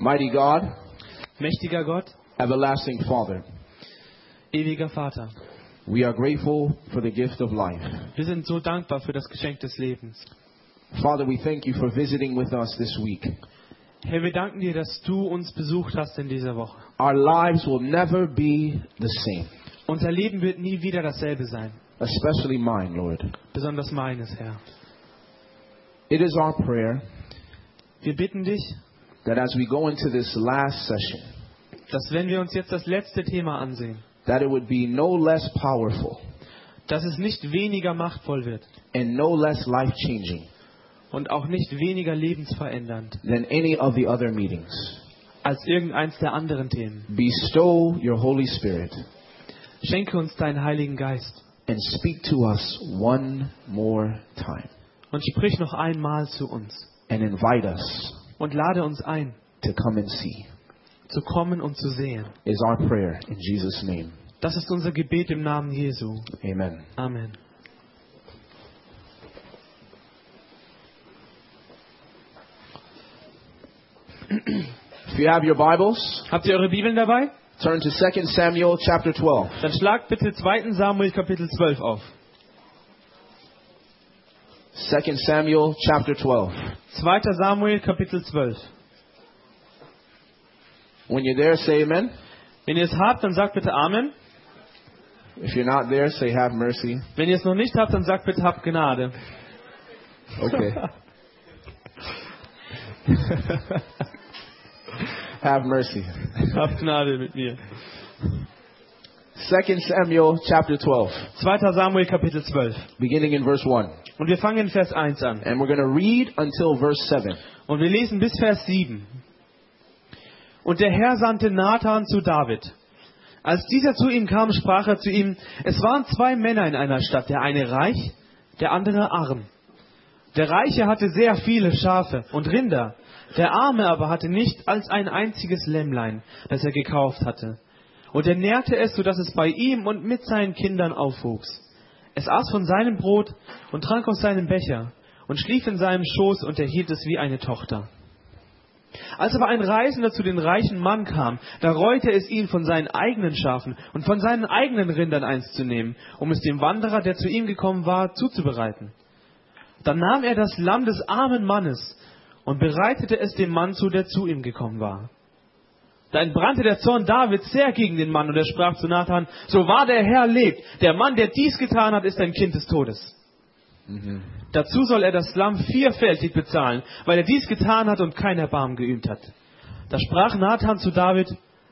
Mighty God, Mächtiger Gott, everlasting Father, ewiger Vater, we are grateful for the gift of life. wir sind so dankbar für das Geschenk des Lebens. Father, we thank you for visiting with us this week. Herr, wir danken dir, dass du uns besucht hast in dieser Woche. Our lives will never be the same, Unser Leben wird nie wieder dasselbe sein, especially mine, Lord. besonders meines, Herr. It is our prayer Wir bitten dich, that as we go into this last session, dass wenn wir uns jetzt das letzte Thema ansehen, that it would be no less powerful dass es nicht weniger machtvoll wird and no less life-changing und auch nicht weniger lebensverändernd than any of the other meetings. als irgendeins der anderen Themen. Bestow your Holy Spirit Schenke uns deinen Heiligen Geist and speak to us one more time und sprich noch einmal zu uns and invite us und lade uns ein, to come and see. zu kommen und zu sehen. Is our prayer in Jesus' name. Das ist unser Gebet im Namen Jesu. Amen. Amen. If you have your Bibles, Habt ihr eure Bibeln dabei? turn to 2 Samuel chapter 12. Dann schlagt bitte 2. Samuel Kapitel 12 auf. 2 Samuel chapter 12. 2. Samuel Kapitel 12. When you're there, say amen. Wenn ihr es habt, dann sagt bitte Amen. If you're not there, say have mercy. Wenn ihr es noch nicht habt, dann sagt bitte habt Gnade. Okay. Have mercy. Habt Gnade mit mir. 2 Samuel chapter 12, 2. Samuel Kapitel 12. beginning in verse 1. Und wir fangen in Vers 1 an. And we're going to read until verse 7. Und wir lesen bis Vers 7. Und der Herr sandte Nathan zu David. Als dieser zu ihm kam, sprach er zu ihm, es waren 2 Männer in einer Stadt, der eine reich, der andere arm. Der Reiche hatte sehr viele Schafe und Rinder, der Arme aber hatte nicht als ein einziges Lämmlein, das er gekauft hatte. Und er nährte es, so dass es bei ihm und mit seinen Kindern aufwuchs. Es aß von seinem Brot und trank aus seinem Becher und schlief in seinem Schoß und erhielt es wie eine Tochter. Als aber ein Reisender zu den reichen Mann kam, da reute es ihn, von seinen eigenen Schafen und von seinen eigenen Rindern eins zu nehmen, um es dem Wanderer, der zu ihm gekommen war, zuzubereiten. Dann nahm er das Lamm des armen Mannes und bereitete es dem Mann zu, der zu ihm gekommen war. Da entbrannte der Zorn Davids sehr gegen den Mann, und er sprach zu Nathan, so wahr der Herr lebt, der Mann, der dies getan hat, ist ein Kind des Todes. Dazu soll er das Lamm 4-fältig bezahlen, weil er dies getan hat und kein Erbarmen geübt hat. Da sprach Nathan zu David,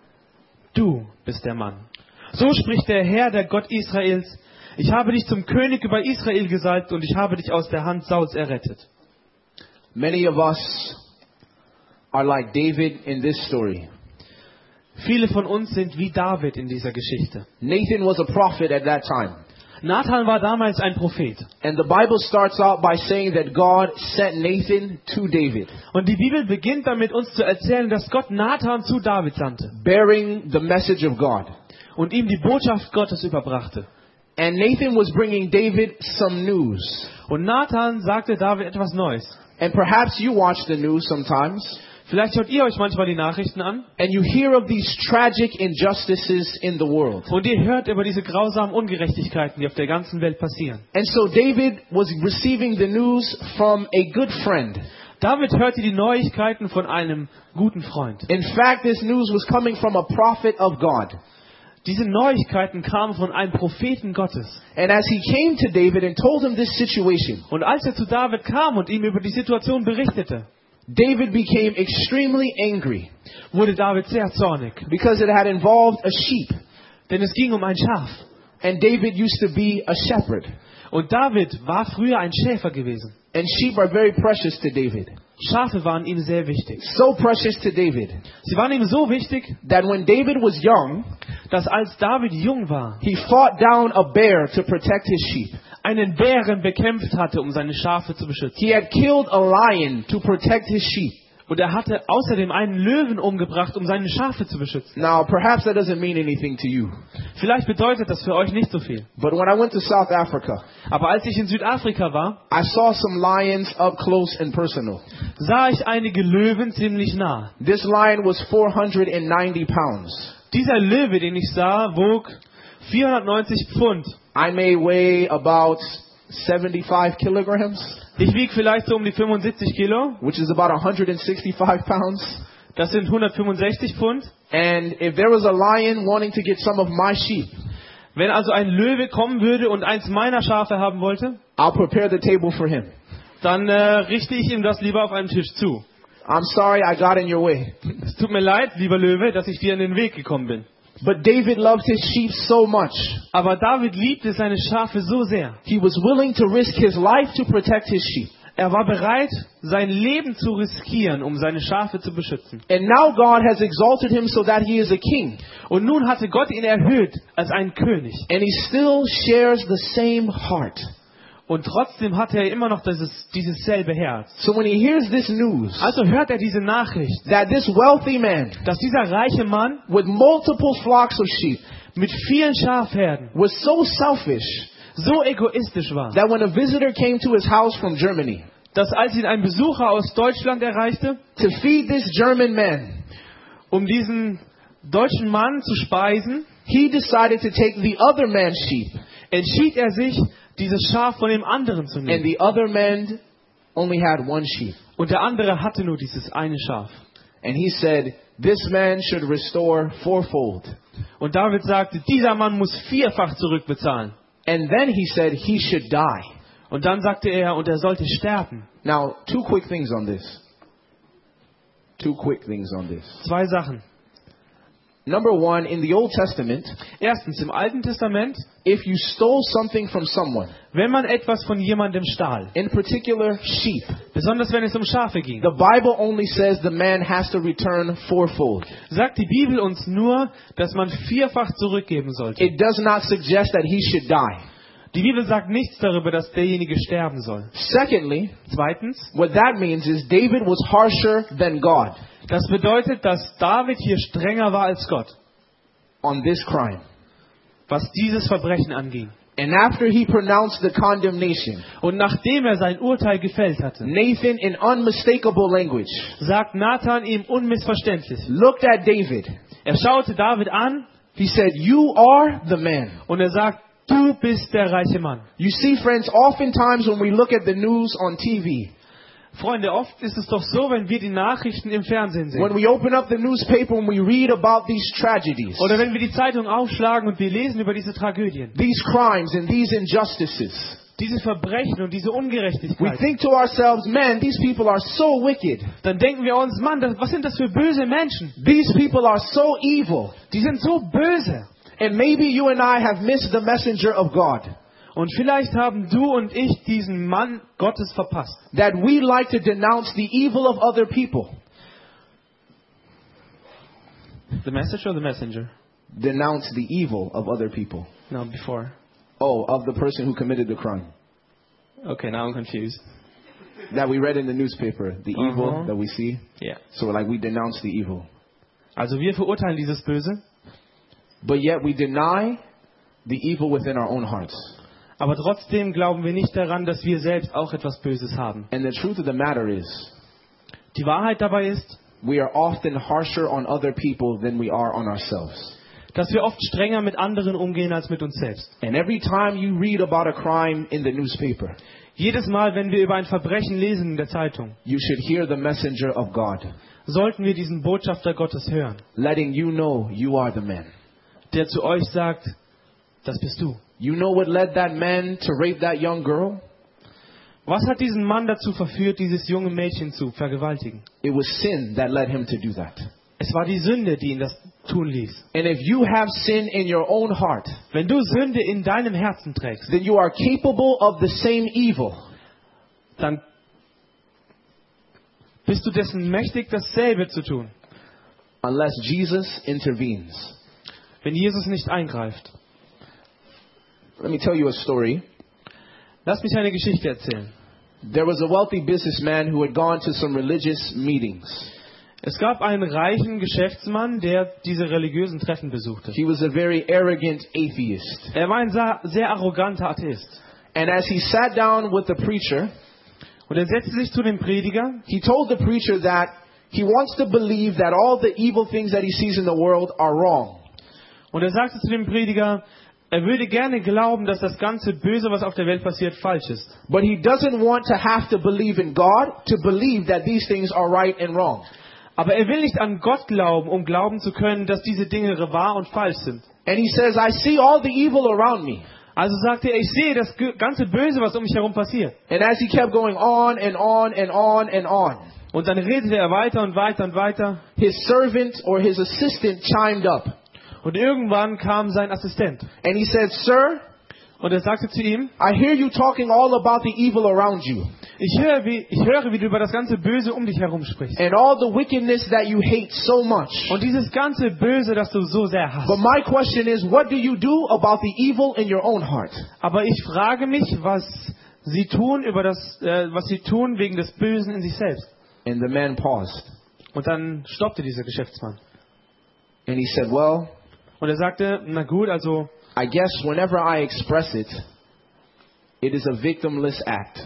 du bist der Mann. So spricht der Herr, der Gott Israels, ich habe dich zum König über Israel gesalbt und ich habe dich aus der Hand Sauls errettet. Many of us are like David in this story. Viele von uns sind wie David in dieser Geschichte. Nathan was a prophet at that time. Nathan war damals ein Prophet. And the Bible starts out by saying that God sent Nathan to David, Und die Bibel beginnt damit, uns zu erzählen, dass Gott Nathan zu David sandte bearing the message of God. und ihm die Botschaft Gottes überbrachte. And Nathan was bringing David some news. Und Nathan sagte David etwas Neues. And perhaps you watch the news sometimes, Vielleicht schaut ihr euch manchmal die Nachrichten an and you hear of these tragic injustices in the world. und ihr hört über diese grausamen Ungerechtigkeiten, die auf der ganzen Welt passieren. And so David was receiving the news from a good friend. David hörte die Neuigkeiten von einem guten Freund. In fact, this news was coming from a prophet of God. Diese Neuigkeiten kamen von einem Propheten Gottes. And as he came to David and told him this situation, Und als er zu David kam und ihm über die Situation berichtete, David became extremely angry wurde David sehr zornig. because it had involved a sheep. Denn es ging um ein Schaf. And David used to be a shepherd. Und David war früher ein Schäfer gewesen. And sheep are very precious to David. Schafe waren ihm sehr wichtig. So precious to David Sie waren ihm so wichtig, that when David was young, dass als David jung war, he fought down a bear to protect his sheep. einen Bären bekämpft hatte, um seine Schafe zu beschützen. He had killed a lion to protect his sheep. Und er hatte außerdem einen Löwen umgebracht, um seine Schafe zu beschützen. Now, perhaps that doesn't mean anything to you. Vielleicht bedeutet das für euch nicht so viel. But when I went to South Africa, Aber als ich in Südafrika war, I saw some lions up close and personal. sah ich einige Löwen ziemlich nah. This lion was 490 pounds. Dieser Löwe, den ich sah, wog 490 Pfund. I may weigh about 75 kilograms, Ich wiege vielleicht so um die 75 Kilo. which is about 165 pounds. Das sind 165 Pfund. And if there was a lion wanting to get some of my sheep, Wenn also ein Löwe kommen würde und eins meiner Schafe haben wollte, I'll prepare the table for him. dann richte ich ihm das lieber auf einem Tisch zu. I'm sorry I got in your way. Es tut mir leid, lieber Löwe, dass ich dir in den Weg gekommen bin. But David loved his sheep so much. Aber David liebte seine Schafe so sehr. He was willing to risk his life to protect his sheep. Er war bereit, sein Leben zu riskieren, um seine Schafe zu beschützen. And now God has exalted him so that he is a king. Und nun hatte Gott ihn erhöht als einen König. And he still shares the same heart. Und trotzdem hatte er immer noch dieses selbe Herz. So when he hears this news, Also hört er diese Nachricht, that this wealthy man dass dieser reiche Mann with multiple flocks of sheep mit vielen Schafherden was so selfish so egoistisch war, that when a visitor came to his house from Germany dass als ihn ein Besucher aus Deutschland erreichte, to feed this German man, um diesen deutschen Mann zu speisen, he decided to take the other man's sheep, entschied er sich, dieses Schaf von dem anderen zu and nehmen. the other man only had one sheep. Und der andere hatte nur dieses eine Schaf. And he said, this man should restore fourfold. Und David sagte, dieser Mann muss vierfach zurückbezahlen. And then he said he should die. Und dann sagte er, und er sollte sterben. Now, two quick things on this. Two quick things on this. Zwei Sachen. Number one, in the Old Testament, Erstens, im Alten Testament, if you stole something from someone, wenn man etwas von jemandem stahl, in particular sheep, besonders wenn es um Schafe ging, the Bible only says the man has to return fourfold. sagt die Bibel uns nur, dass man vierfach zurückgeben sollte. It does not suggest that he should die. Die Bibel sagt nichts darüber, dass derjenige sterben soll. Secondly, Zweitens, what that means is David was harsher than God das bedeutet, dass David hier strenger war als Gott, on this crime. was dieses Verbrechen anging. And after he pronounced the condemnation, Und nachdem er sein Urteil gefällt hatte, Nathan, in unmistakable language, sagt Nathan ihm unmissverständlich. looked at David. Er schaute David an He said, you are the man. und er sagt, du bist der reiche Mann. You see, friends, oftentimes when we look at the news on TV, Freunde, oft ist es doch so, wenn wir die Nachrichten im Fernsehen when sehen. we open up the newspaper and we read about these tragedies, Oder wenn wir die Zeitung aufschlagen und wir lesen über diese Tragödien. these crimes and these injustices, Diese Verbrechen und diese we Ungerechtigkeit. think to ourselves, man, these people are so wicked. Dann denken wir uns, Mann, was sind das für böse Menschen? These people are so evil. Die sind so böse. And maybe you and I have missed the messenger of God. Und vielleicht haben du und ich diesen Mann Gottes verpasst. That we like to denounce the evil of other people. The message or the messenger? Denounce the evil of other people. No, before. Oh, of the person who committed the crime. Okay, now I'm confused. That we read in the newspaper. The evil Uh-huh. that we see. Yeah. So like we denounce the evil. Also wir verurteilen dieses Böse, But yet we deny the evil within our own hearts. aber trotzdem glauben wir nicht daran, dass wir selbst auch etwas Böses haben. And the truth of the matter is, Die Wahrheit dabei ist, we are often harsher on other people than we are on ourselves. dass wir oft strenger mit anderen umgehen als mit uns selbst. And every time you read about a crime in the newspaper, Jedes Mal, wenn wir über ein Verbrechen lesen in der Zeitung, you should hear the messenger of God, sollten wir diesen Botschafter Gottes hören, letting you know you are the man. der zu euch sagt, das bist du. You know what led that man to rape that young girl? Was hat diesen Mann dazu verführt, dieses junge Mädchen zu vergewaltigen? It was sin that led him to do that. Es war die Sünde, die ihn das tun ließ. And if you have sin in your own heart, Wenn du Sünde in deinem Herzen trägst, then you are capable of the same evil. dann bist du dessen mächtig, dasselbe zu tun, Unless Jesus intervenes. wenn Jesus nicht eingreift. Let me tell you a story. Lass mich eine Geschichte erzählen. There was a wealthy businessman who had gone to some religious meetings. Es gab einen reichen Geschäftsmann, der diese religiösen Treffen besuchte. He was a very arrogant atheist. Er war ein sehr arroganter Atheist. And as he sat down with the preacher, Und er setzte sich zu dem Prediger. he told the preacher that he wants to believe that all the evil things that he sees in the world are wrong. Und er sagte zu dem Prediger, er würde gerne glauben, dass das ganze Böse, was auf der Welt passiert, falsch ist. But he doesn't want to have to believe in God to believe that these things are right and wrong. Aber er will nicht an Gott glauben, um glauben zu können, dass diese Dinge wahr und falsch sind. And he says, I see all the evil around me. Also sagte er, ich sehe das ganze Böse, was um mich herum passiert. And as he kept going on and on and on and on, Und dann redete er weiter und weiter und weiter. his servant or his assistant chimed up. Und irgendwann kam sein Assistent. And he said, Sir, Und er sagte zu ihm, I hear you talking all about the evil around you ich höre, wie du über das ganze Böse um dich herum sprichst. and all the wickedness that you hate so much. Und dieses ganze Böse, das du so sehr hast. But my question is, what do you do about the evil in your own heart? Aber ich frage mich, was sie tun wegen des Bösen in sich selbst. And the man paused. Und dann stoppte dieser Geschäftsmann. And he said, well, Und er sagte, na gut, also I guess whenever I express it, it is a victimless act.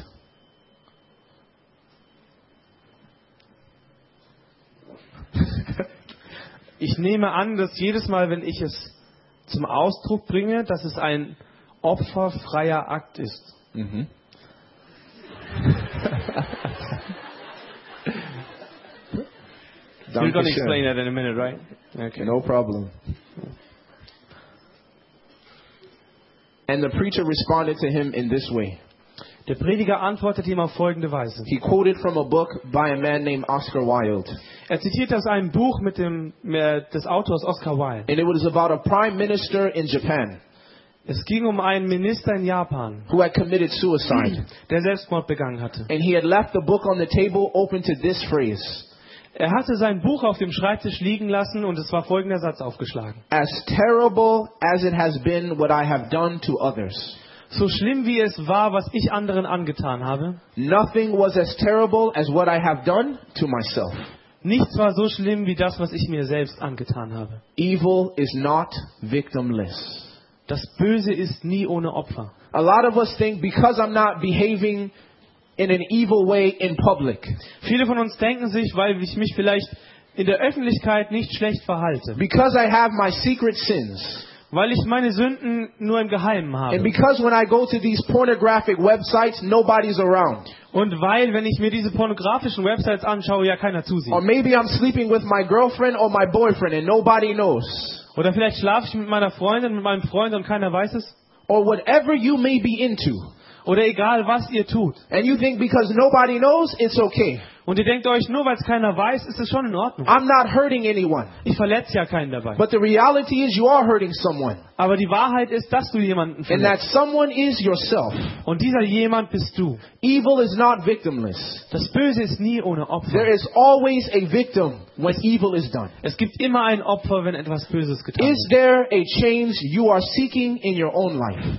ich nehme an, dass jedes Mal, wenn ich es zum Ausdruck bringe, dass es ein opferfreier Akt ist. Mm-hmm. You're going to explain that in a minute, right? Okay. No problem. And the preacher responded to him in this way. Der Prediger antwortete ihm auf folgende Weise. He quoted from a book by a man named Oscar Wilde. Er zitierte aus einem Buch des Autors Oscar Wilde. And it was about a prime minister in Japan Es ging um einen Minister in Japan, who had committed suicide. der Selbstmord begangen hatte. And he had left the book on the table open to this phrase. Er hatte sein Buch auf dem Schreibtisch liegen lassen und es war folgender Satz aufgeschlagen. As terrible as it has been what I have done to others, So schlimm wie es war, was ich anderen angetan habe, nothing was as terrible as what I have done to myself. nichts war so schlimm wie das, was ich mir selbst angetan habe. Evil is not victimless. Das Böse ist nie ohne Opfer. A lot of us think because I'm not behaving in an evil way in public, Viele von uns denken sich, weil ich mich vielleicht in der Öffentlichkeit nicht schlecht verhalte, because I have my secret sins, weil ich meine Sünden nur im Geheimen and habe because when I go to these pornographic websites, nobody's around. und weil, wenn ich mir diese pornografischen Websites anschaue, ja keiner zusieht. Or maybe I'm sleeping with my girlfriend or my boyfriend and nobody knows. Oder vielleicht schlafe ich mit meiner Freundin, mit meinem Freund und keiner weiß es. Or whatever you may be into. Oder egal, was ihr tut. And you think because nobody knows, it's okay. Und ihr denkt euch, nur weil es keiner weiß, ist es schon in Ordnung. I'm not hurting anyone. Ich verletze ja keinen dabei. But the reality is you are hurting someone. Aber die Wahrheit ist, dass du jemanden And that verletzt. someone is yourself. Und dieser jemand bist du. Evil is not victimless. Das Böse ist nie ohne Opfer. There is always a victim when evil is done. Es gibt immer ein Opfer, wenn etwas Böses getan Is wird. there a change you are seeking in your own life?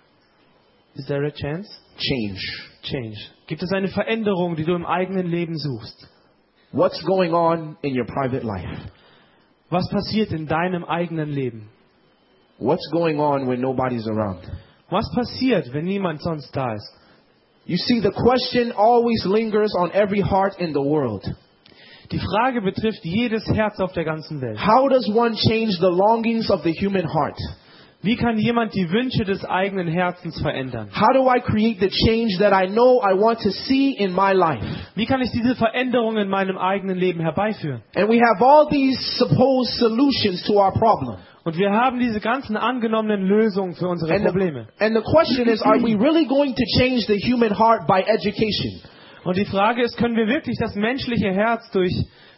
Is there a chance? Change. Gibt es eine Veränderung, die du im eigenen Leben suchst? What's going on in your private life? Was passiert in deinem eigenen Leben? What's going on when nobody's around? Was passiert, wenn niemand sonst da ist? You see, the question always lingers on every heart in the world. Die Frage betrifft jedes Herz auf der ganzen Welt. How does one change the longings of the human heart? Wie kann jemand die Wünsche des eigenen Herzens verändern? How do I create the change that I know I want to see in my life? Wie kann ich diese Veränderung in meinem eigenen Leben herbeiführen? And we have all these supposed solutions to our problem. Und wir haben diese ganzen angenommenen Lösungen für unsere Probleme. And the question is, are we really going to change the human heart by education? Und die Frage ist, können wir wirklich das menschliche Herz durch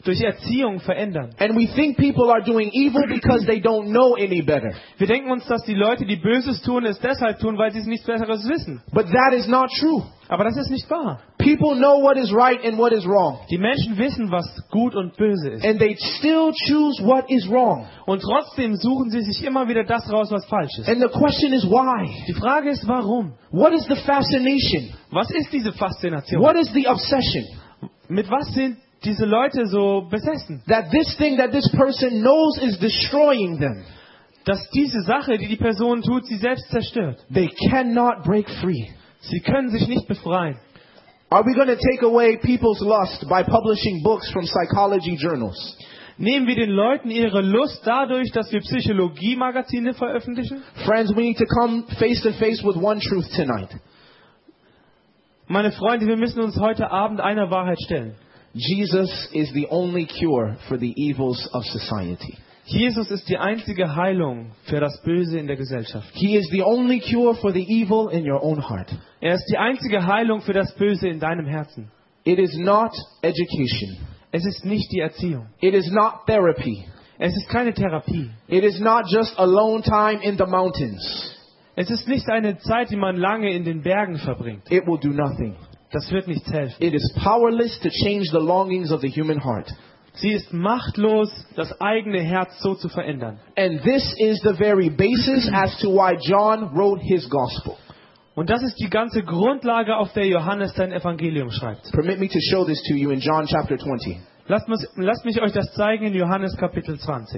durch Erziehung verändern. And we think people are doing evil because they don't know any better. Wir denken uns, dass die Leute, die Böses tun, es deshalb tun, weil sie es nichts Besseres wissen. But that is not true. Aber das ist nicht wahr. People know what is right and what is wrong. Die Menschen wissen, was gut und böse ist. And they still choose what is wrong. Und trotzdem suchen sie sich immer wieder das raus, was falsch ist. And the question is why? Die Frage ist, warum? What is the fascination? Was ist diese Faszination? What is the obsession? Mit was sind diese Leute so besessen? That this thing that this person knows is destroying them. Dass diese Sache, die die Person tut, sie selbst zerstört. They cannot break free. Sie können sich nicht befreien. Are we going to take away people's lust by publishing books from psychology journals? Nehmen wir den Leuten ihre Lust dadurch, dass wir Psychologie-Magazine veröffentlichen? Friends, we need to come face to face with one truth tonight. Meine Freunde, wir müssen uns heute Abend einer Wahrheit stellen. Jesus is the only cure for the evils of society. Jesus ist die einzige Heilung für das Böse in der Gesellschaft. He is the only cure for the evil in your own heart. Er ist die einzige Heilung für das Böse in deinem Herzen. It is not education. Es ist nicht die Erziehung. It is not therapy. Es ist keine Therapie. It is not just alone time in the mountains. Es ist nicht eine Zeit, die man lange in den Bergen verbringt. It will do nothing. Das wird nichts helfen. It is powerless to change the longings of the human heart. Sie ist machtlos, das eigene Herz so zu verändern. And this is the very basis as to why John wrote his gospel. Und das ist die ganze Grundlage, auf der Johannes sein Evangelium schreibt. Permit me to show this to you in John chapter 20. Lasst mich euch das zeigen in Johannes Kapitel 20.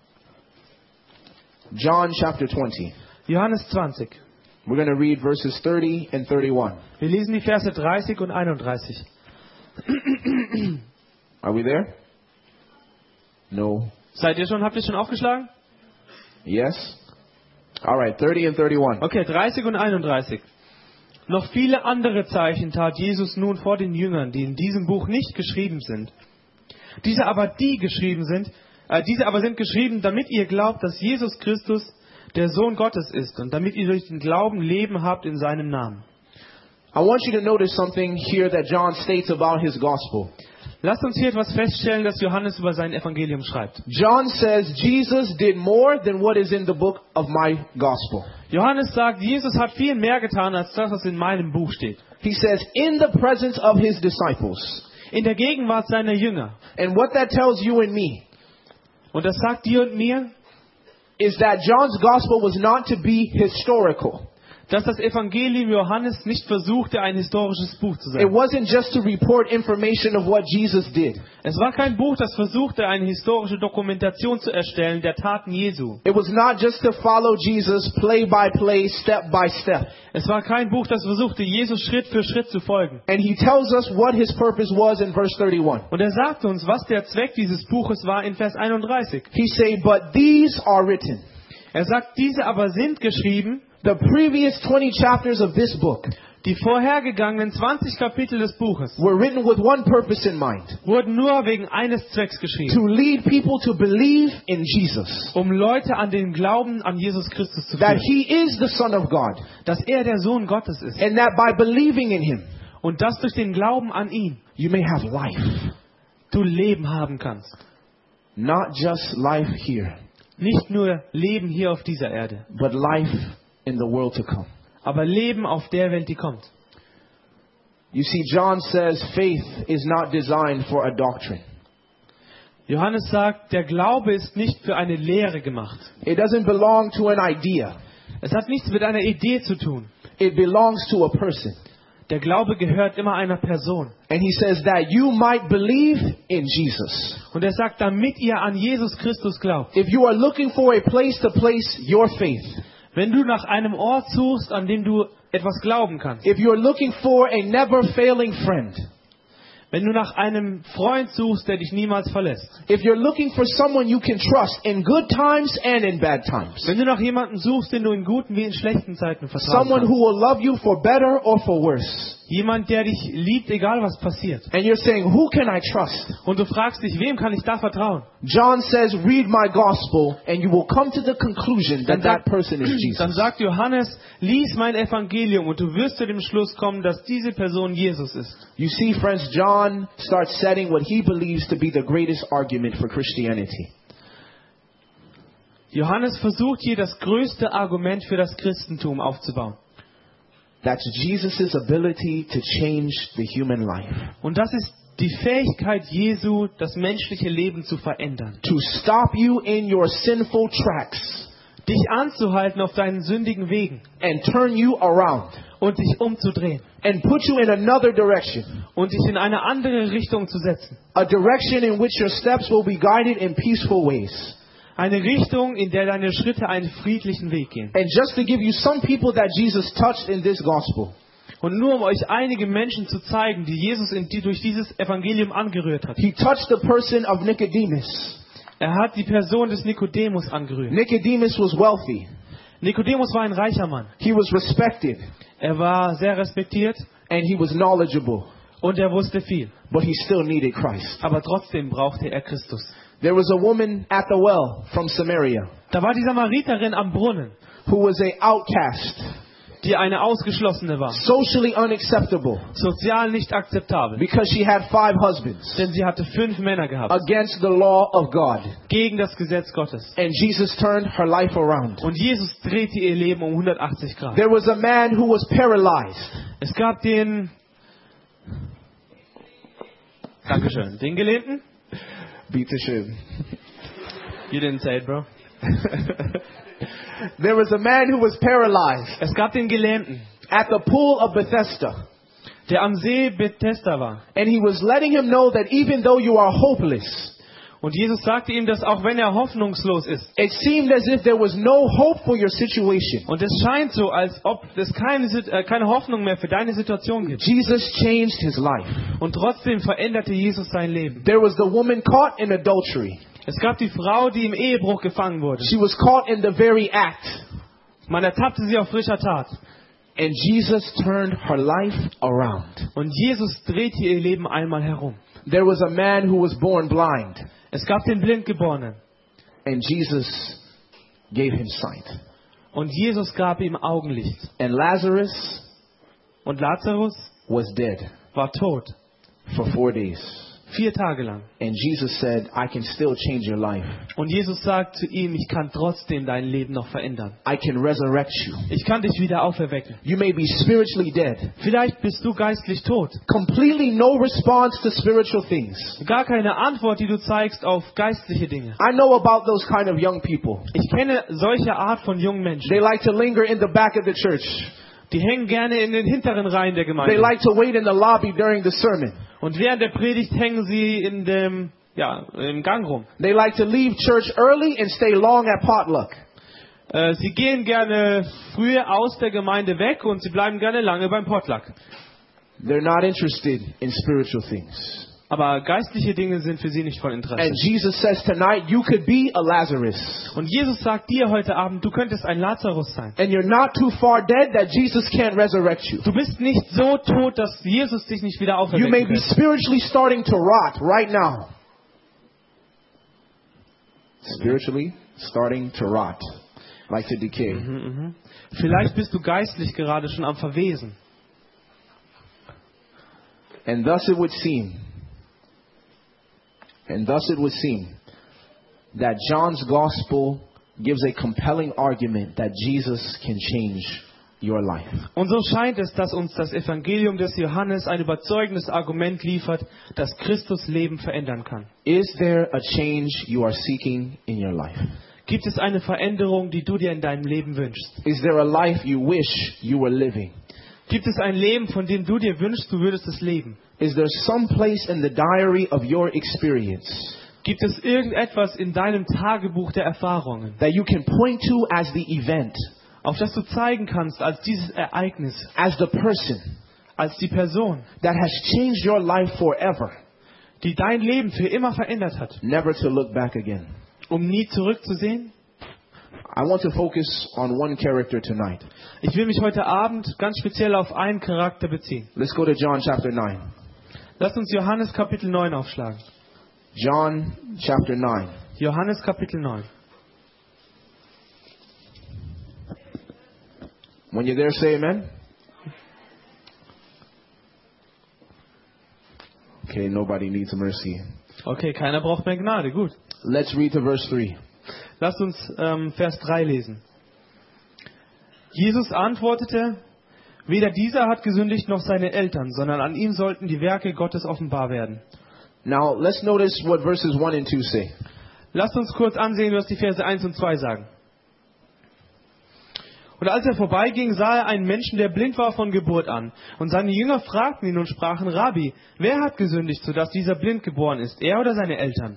John chapter 20. Johannes 20. We're going to read verses 30 and 31. Wir lesen die Verse 30 und 31. Are we there? No. Habt ihr schon aufgeschlagen? Yes? All right, 30 and 31. Okay, 30 und 31. Noch viele andere Zeichen tat Jesus nun vor den Jüngern, die in diesem Buch nicht geschrieben sind. Diese aber sind geschrieben, damit ihr glaubt, dass Jesus Christus der Sohn Gottes ist und damit ihr durch den Glauben Leben habt in seinem Namen. I want you to notice something here that John states about his gospel. Lasst uns hier etwas feststellen, das Johannes über sein Evangelium schreibt. John says Jesus did more than what is in the book of my gospel. Johannes sagt, Jesus hat viel mehr getan als das, was in meinem Buch steht. He says in the presence of his disciples. In der Gegenwart seiner Jünger. And what that tells you and me Und das sagt dir und mir, is that John's gospel was not to be historical. dass das Evangelium Johannes nicht versuchte, ein historisches Buch zu It sein. wasn't just to report information of what Jesus did. Es war kein Buch, das versuchte, eine historische Dokumentation zu erstellen der Taten Jesu. It was not just to follow Jesus play by play, step by step. Es war kein Buch, das versuchte, Jesus Schritt für Schritt zu folgen. And he tells us what his purpose was in verse 31. Und er sagt uns, was der Zweck dieses Buches war in Vers 31. He say, but these are written. Er sagt, diese aber sind geschrieben, The previous 20 chapters of this book die vorhergegangenen 20 Kapitel des Buches were written with one purpose in mind. wurden nur wegen eines Zwecks geschrieben. To lead people to believe in Jesus. Um Leute an den Glauben an Jesus Christus zu That führen. he is the Son of God. Dass er der Sohn Gottes ist. And that by believing in him, Und dass durch den Glauben an ihn you may have life. du Leben haben kannst. Not just life here, Nicht nur Leben hier auf dieser Erde, but life in the world to come. aber Leben auf der Welt, die kommt. You see, John says faith is not designed for a doctrine. Johannes sagt, der Glaube ist nicht für eine Lehre gemacht. It doesn't belong to an idea. Es hat nichts mit einer Idee zu tun. It belongs to a person. Der Glaube gehört immer einer Person. And he says that you might believe in Jesus. Und er sagt, damit ihr an Jesus Christus glaubt. If you are looking for a place to place your faith, Wenn du nach einem Ort suchst, an dem du etwas glauben kannst. if you're looking for a never failing friend, Wenn du nach einem Freund suchst, der dich niemals verlässt. if you're looking for someone you can trust in good times and in bad times, Wenn du nach jemandem suchst, den du in guten wie in schlechten Zeiten vertrauen someone kannst. who will love you for better or for worse, Jemand, der dich liebt, egal was passiert. And you're saying, who can I trust? Und du fragst dich, wem kann ich da vertrauen? John says, read my gospel and you will come to the conclusion that that person is Dann Jesus. sagt Johannes, lies mein Evangelium und du wirst zu dem Schluss kommen, dass diese Person Jesus ist. You see, friends, John starts setting what he believes to be the greatest argument for Christianity. Johannes versucht hier das größte Argument für das Christentum aufzubauen. That's Jesus' ability to change the human life. Und das ist die Fähigkeit Jesu, das menschliche Leben zu verändern. To stop you in your sinful tracks Dich anzuhalten auf deinen sündigen Wegen and turn you around und dich umzudrehen and put you in another direction. und dich in eine andere Richtung zu setzen. A direction in which your steps will be guided in peaceful ways. Eine Richtung, in der deine Schritte einen friedlichen Weg gehen. And just to give you some people that Jesus touched in this gospel. Und nur um euch einige Menschen zu zeigen, die Jesus durch dieses Evangelium angerührt hat. He touched the person of Nicodemus. Er hat die Person des Nikodemus angerührt. Nicodemus was wealthy. Nikodemus war ein reicher Mann. He was respected. Er war sehr respektiert And he was knowledgeable. und er wusste viel. But he still needed Christ. Aber trotzdem brauchte er Christus. There was a woman at the well from Samaria Da war die Samariterin am Brunnen, who was an outcast, die eine Ausgeschlossene war. socially unacceptable, Sozial nicht akzeptabel. because she had 5 husbands Denn sie hatte 5 Männer gehabt. against the law of God. Gegen das Gesetz Gottes. And Jesus turned her life around. Und Jesus drehte ihr Leben um 180 Grad. There was a man who was paralyzed. Es gab den Gelähmten. Bitte schön. You didn't say it, bro. There was a man who was paralyzed Es gab den Gelähmten, at the pool of Bethesda. der am See Bethesda war. And he was letting him know that even though you are hopeless, Und Jesus sagte ihm, dass auch wenn er hoffnungslos ist, it seemed as if there was no hope for your situation. und es scheint so, als ob es keine Hoffnung mehr für deine Situation gibt. Jesus changed his life. Und trotzdem veränderte Jesus sein Leben. There was the woman caught in adultery. Es gab die Frau, die im Ehebruch gefangen wurde. She was caught in the very act. Man ertappte sie auf frischer Tat. And Jesus turned her life around. Und Jesus drehte ihr Leben einmal herum. There was a man who was born blind. Es gab den Blindgeborenen. And Jesus gave him sight. Und Jesus gab ihm Augenlicht. And Lazarus Und Lazarus was dead war tot. for 4 days. 4 Tage lang. And Jesus said, I can still change your life. Und Jesus sagt zu ihm, ich kann trotzdem dein Leben noch verändern. I can resurrect you. Ich kann dich wieder auferwecken. You may be spiritually dead. Vielleicht bist du geistlich tot. Completely no response to spiritual things. Gar keine Antwort, die du zeigst auf geistliche Dinge. I know about those kind of young people. Ich kenne solche Art von jungen They Menschen. like to linger in the back of the church. Die hängen gerne in den hinteren Reihen der They Gemeinde. like to wait in the lobby during the sermon. Und während der Predigt hängen sie im Gang rum. They like to leave church early and stay long at potluck. Sie gehen gerne früher aus der Gemeinde weg und sie bleiben gerne lange beim Potluck. They're not interested in spiritual things. Aber geistliche Dinge sind für sie nicht von Interesse. And Jesus says tonight, you could be a Lazarus. Und Jesus sagt dir heute Abend, du könntest ein Lazarus sein. And you're not too far dead that Jesus can't resurrect you. Du bist nicht so tot, dass Jesus dich nicht wieder You may auferwecken be wird. spiritually starting to rot right now. Spiritually starting to rot, like to decay. Vielleicht bist du geistlich gerade schon am Verwesen. And thus it would seem that John's gospel gives a compelling argument that Jesus can change your life. Und so scheint es, dass uns das Evangelium des Johannes ein überzeugendes Argument liefert, dass Christus Leben verändern kann. Is there a change you are seeking in your life? Gibt es eine Veränderung, die du dir in deinem Leben wünschst? Is there a life you wish you were living? Gibt es ein Leben, von dem du dir wünschst, du würdest es leben? Is there some place in the diary of your experience Gibt es irgendetwas in deinem Tagebuch der Erfahrungen, that you can point to as the event, auf das du zeigen kannst als dieses Ereignis, as the person als die Person, that has changed your life forever, die dein Leben für immer verändert hat, never to look back again? um nie zurückzusehen? I want to focus on one character tonight. Ich will mich heute Abend ganz speziell auf einen Charakter beziehen. Let's go to John chapter 9. Lasst uns Johannes Kapitel 9 aufschlagen. John chapter 9. Johannes Kapitel 9. When you're there, say amen. Okay, nobody needs mercy. Okay, keiner braucht mehr Gnade. Gut. Let's read to verse 3. Lasst uns Vers 3 lesen. Jesus antwortete, weder dieser hat gesündigt noch seine Eltern, sondern an ihm sollten die Werke Gottes offenbar werden. Now, let's notice what verses 1 and 2 say. Lasst uns kurz ansehen, was die Verse 1 und 2 sagen. Und als er vorbeiging, sah er einen Menschen, der blind war von Geburt an. Und seine Jünger fragten ihn und sprachen, Rabbi, wer hat gesündigt, sodass dieser blind geboren ist, er oder seine Eltern?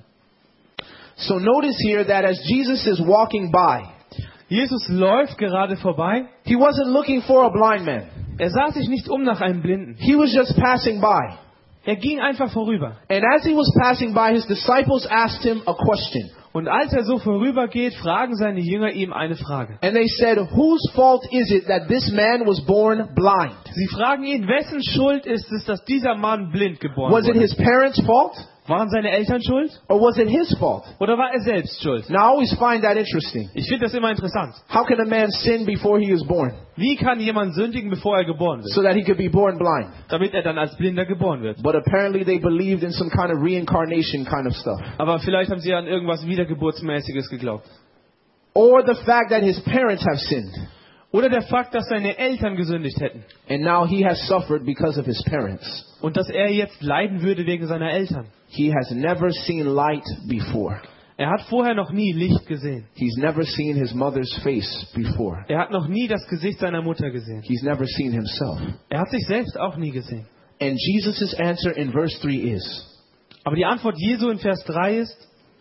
So notice here that as Jesus is walking by, Jesus läuft gerade vorbei. he wasn't looking for a blind man. Er sah sich nicht um nach einem Blinden. He was just passing by. Er ging einfach vorüber. And as he was passing by, his disciples asked him a question. Und als er so vorübergeht, fragen seine Jünger ihm eine Frage. And they said, whose fault is it that this man was born blind? Sie fragen ihn, wessen Schuld ist es, dass dieser Mann blind geboren Was it wurde? his parents' fault? Waren seine Eltern schuld? Or was it his fault? Oder war er selbst schuld? Now I always find that interesting. Ich finde das immer interessant. How can a man sin before he is born? Wie kann jemand sündigen, bevor er geboren wird? So that he could be born blind. Damit er dann als Blinder geboren wird. But apparently they believed in some kind of reincarnation kind of stuff. Aber vielleicht haben sie an irgendwas Wiedergeburtsmäßiges geglaubt. Or the fact that his parents have sinned. Oder der Fakt, dass seine Eltern gesündigt hätten. And now he has suffered because of his parents. Und dass er jetzt leiden würde wegen seiner Eltern. He has never seen light before. Er hat vorher noch nie Licht gesehen. He's never seen his mother's face before. Er hat noch nie das Gesicht seiner Mutter gesehen. He's never seen himself. Er hat sich selbst auch nie gesehen. And Jesus' answer in verse 3 is Aber die Antwort Jesu in Vers 3 ist,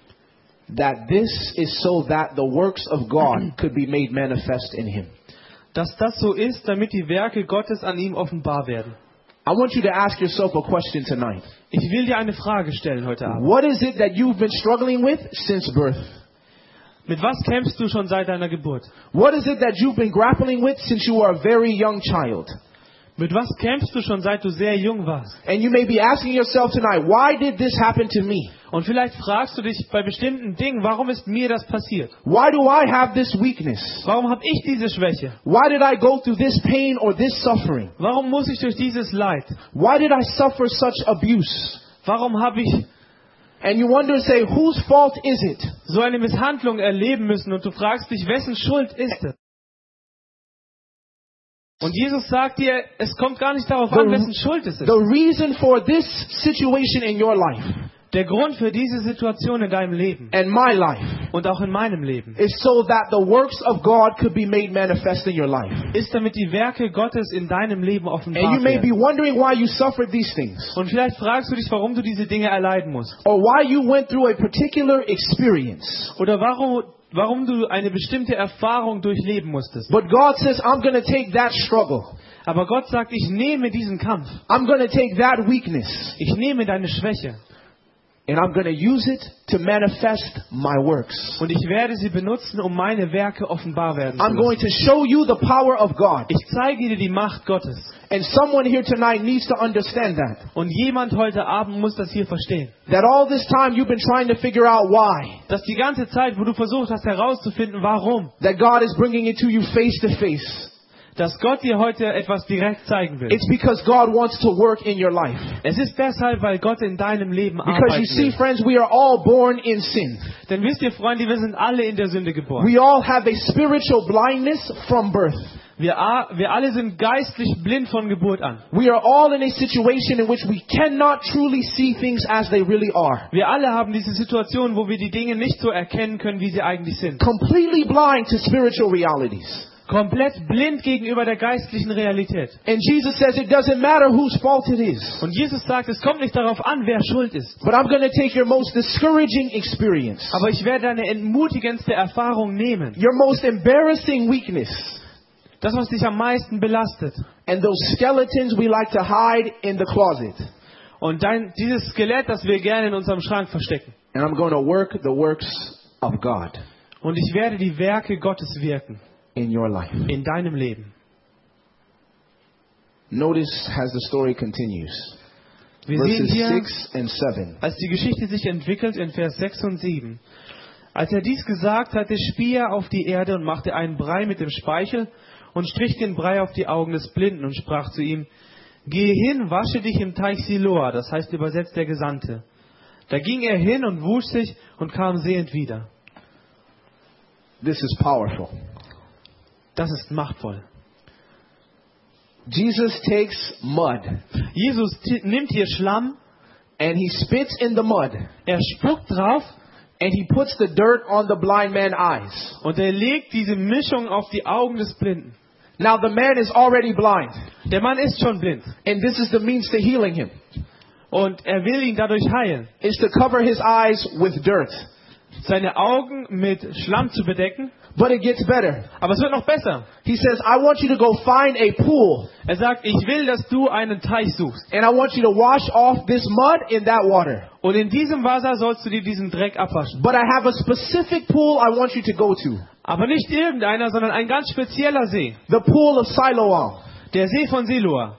that this is so that the works of God could be made manifest in him. dass das so ist, damit die Werke Gottes an ihm offenbar werden. I want you to ask yourself a question tonight. Ich will dir eine Frage stellen heute Abend. What is it that you've been struggling with since birth? Mit was kämpfst du schon seit deiner Geburt? What is it that you've been grappling with since you were a very young child? Mit was kämpfst du schon seit du sehr jung warst? And you may be asking yourself tonight, why did this happen to me? Und vielleicht fragst du dich bei bestimmten Dingen, warum ist mir das passiert? Why do I have this weakness? Warum habe ich diese Schwäche? Why did I go through this pain or this suffering? Warum muss ich durch dieses Leid? Why did I suffer such abuse? Warum habe ich And you wonder and say, whose fault is it? so eine Misshandlung erleben müssen? Und du fragst dich, wessen Schuld ist es? Und Jesus sagt dir, es kommt gar nicht darauf an, wessen Schuld es ist. The reason for this situation in your life Der Grund für diese Situation in deinem Leben and my life und auch in meinem Leben is so that the works of God could be made manifest in your life. ist, damit die Werke Gottes in deinem Leben And offenbar you may be werden. wondering why you suffered these things, Und vielleicht fragst du dich, warum du diese Dinge erleiden musst. or why you went through a particular experience. Oder warum du eine bestimmte Erfahrung durchleben musstest. But God says, I'm going to take that struggle. Aber Gott sagt, ich nehme diesen Kampf. I'm going to take that weakness. Ich nehme deine Schwäche. And I'm going to use it to manifest my works. Und ich werde sie benutzen, um meine Werke offenbar werden zu I'm going lassen. to show you the power of God. Ich zeige dir die Macht Gottes. And someone here tonight needs to understand that. Und jemand heute Abend muss das hier verstehen. That all this time you've been trying to figure out why. Dass die ganze Zeit, wo du versucht hast herauszufinden, warum, That God is bringing it to you face to face. dass Gott dir heute etwas direkt zeigen will. It's because God wants to work in your life. Es ist deshalb, weil Gott in deinem Leben Because you arbeiten see, will. friends, we are all born in sin. Denn wisst ihr, Freunde, wir sind alle in der Sünde geboren. We all have a spiritual blindness from birth. Wir alle sind geistlich blind von Geburt an. We are all in a situation in which we cannot truly see things as they really are. Wir alle haben diese Situation, wo wir die Dinge nicht so erkennen können, wie sie eigentlich sind. Completely blind to spiritual realities. Komplett blind gegenüber der geistlichen Realität. And Jesus says it doesn't matter whose fault it is. Und Jesus sagt, es kommt nicht darauf an, wer schuld ist. But I'm going to take your most discouraging experience. Aber ich werde deine entmutigendste Erfahrung nehmen. Your most embarrassing weakness. Das, was dich am meisten belastet. And those skeletons we like to hide in the closet. Und dieses Skelett, das wir gerne in unserem Schrank verstecken. And I'm going to work the works of God. Und ich werde die Werke Gottes wirken in your life. in deinem Leben. Notice as the story continues. Wir sehen Verses hier, 6 and 7. als die Geschichte sich entwickelt in Vers 6 und 7. Als er dies gesagt hatte, spie er auf die Erde und machte einen Brei mit dem Speichel und strich den Brei auf die Augen des Blinden und sprach zu ihm, gehe hin, wasche dich im Teich Siloa, das heißt übersetzt der Gesandte. Da ging er hin und wusch sich und kam sehend wieder. This is powerful. Das ist machtvoll. Jesus takes mud Jesus nimmt hier Schlamm, and he spits in the mud er spuckt drauf and he puts the dirt on the blind man's eyes. und er legt diese Mischung auf die Augen des Blinden. Now the man is already blind, Der Mann ist schon blind and this is the means to healing him. und er will ihn dadurch heilen. Is to cover his eyes with dirt. Seine Augen mit Schlamm zu bedecken. But it gets better. Aber es wird noch besser. He says, I want you to go find a pool Er sagt, ich will, dass du einen Teich suchst. and I want you to wash off this mud in that water. Und in diesem Wasser sollst du dir diesen Dreck abwaschen. But I have a specific pool I want you to go to. Aber nicht irgendeiner, sondern ein ganz spezieller See. The pool of Siloam. Der See von Siloa.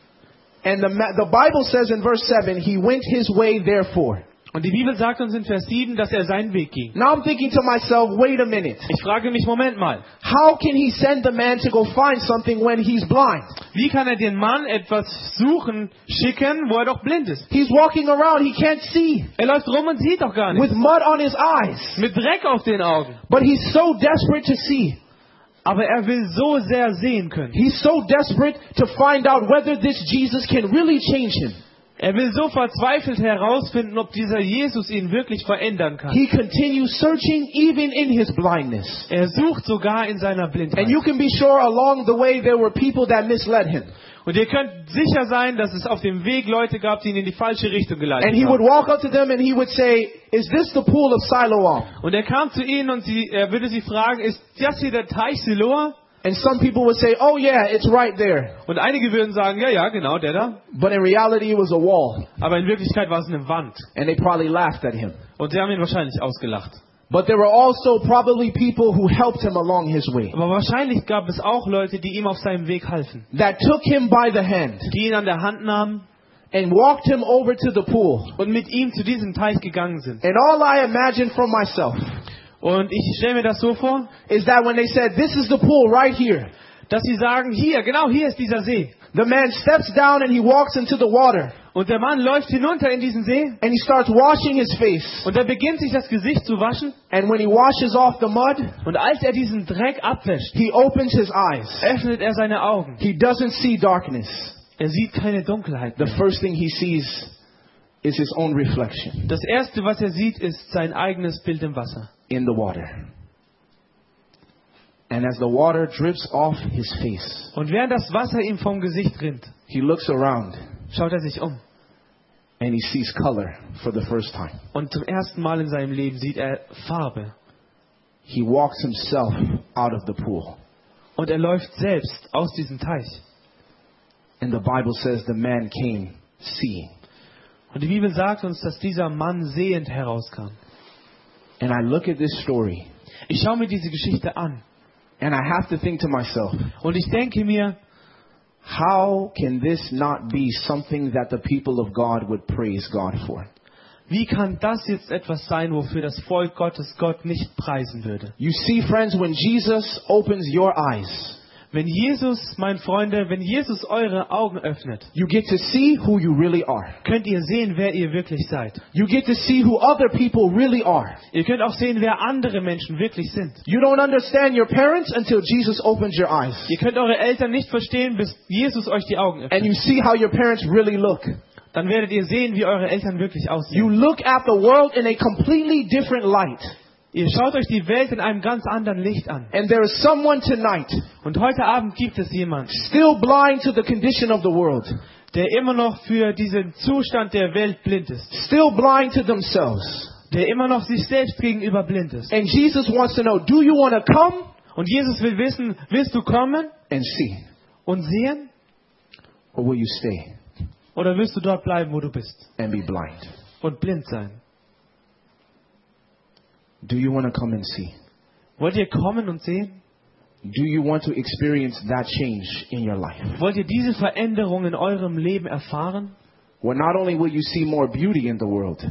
And the Bible says in verse 7, he went his way therefore. Und die Bibel sagt uns in Vers 7, dass er seinen Weg ging. Now I'm thinking to myself, wait a minute. Ich frage mich, Moment mal. How can he send the man to go find something when he's blind? Wie kann er den Mann etwas suchen, schicken, wo er doch blind ist? He's walking around, he can't see, Er läuft rum und sieht doch gar with nichts. mud on his eyes. Mit Dreck auf den Augen. But he's so desperate to see. Aber er will so sehr sehen können. He's so desperate to find out whether this Jesus can really change him. Er will so verzweifelt herausfinden, ob dieser Jesus ihn wirklich verändern kann. He continues searching even in his blindness. Er sucht sogar in seiner Blindheit. And you can be sure along the way there were people that misled him. Und ihr könnt sicher sein, dass es auf dem Weg Leute gab, die ihn in die falsche Richtung geleitet And he would haben. walk up to them and he would say, is this the pool of Siloam? Und er kam zu ihnen und er würde sie fragen, ist das hier der Teich Siloa? And some people would say, oh yeah, it's right there. Und einige würden sagen, ja, ja, genau, der da. But in reality it was a wall. Aber in Wirklichkeit war es eine Wand. And they probably laughed at him. Und sie haben ihn wahrscheinlich ausgelacht. But there were also probably people who helped him along his way. Aber wahrscheinlich gab es auch Leute, die ihm auf seinem Weg halfen. That took him by the hand Die ihn an der Hand nahmen and walked him over to the pool. und mit ihm zu diesem Teich gegangen sind. And all I imagine for myself Und ich stelle mir das so vor, is that when they said, this is the pool right here, dass sie sagen, hier, genau hier ist dieser See. the man steps down and he walks into the water Und der Mann läuft hinunter in diesen See and he starts washing his face. und er beginnt sich das Gesicht zu waschen. And when he washes off the mud, Und als er diesen Dreck abwäscht, he opens his eyes. öffnet er seine Augen. He doesn't see darkness. Er sieht keine Dunkelheit The mehr. first thing he sees is his own reflection Das Erste, was er sieht, ist sein eigenes Bild im Wasser. in the water. And as the water drips off his face, Und während das Wasser ihm vom Gesicht rinnt, he looks around schaut er sich um. and he sees color for the first time. Und zum ersten Mal in seinem Leben sieht er Farbe. He walks himself out of the pool. Und er läuft selbst aus diesem Teich. And the Bible says the man came seeing. Und die Bibel sagt uns, dass dieser Mann sehend herauskam. And I look at this story Ich schaue mir diese Geschichte an. and I have to think to myself, Und ich denke mir, how can this not be something that the people of God would praise God for? wie kann das jetzt etwas sein, wofür das Volk Gottes Gott nicht preisen würde? You see, friends, when Jesus opens your eyes, Wenn Jesus, meine Freunde, wenn Jesus eure Augen öffnet, you get to see who you really are. könnt ihr sehen, wer ihr wirklich seid. You get to see who other people really are. Ihr könnt auch sehen, wer andere Menschen wirklich sind. You don't understand your parents until Jesus opens your eyes. Ihr könnt eure Eltern nicht verstehen, bis Jesus euch die Augen And you öffnet. see how your parents really look. Dann werdet ihr sehen, wie eure Eltern wirklich You aussehen. look at the world in a completely different light. Ihr schaut euch die Welt in einem ganz anderen Licht an. And there is someone tonight Und heute Abend gibt es jemanden, still blind to the condition of the world, der immer noch für diesen Zustand der Welt blind ist. still blind to themselves. Der immer noch sich selbst gegenüber blind ist. And Jesus wants to know, do you want to come Und Jesus will wissen, willst du kommen and see? und sehen? Or will you stay Oder willst du dort bleiben, wo du bist and be blind? und blind sein? Do you want to come and see? Wollt ihr kommen und sehen? Do you want to experience that change in your life? Wollt ihr diese Veränderung in eurem Leben erfahren? Where not only will you see more beauty in the world,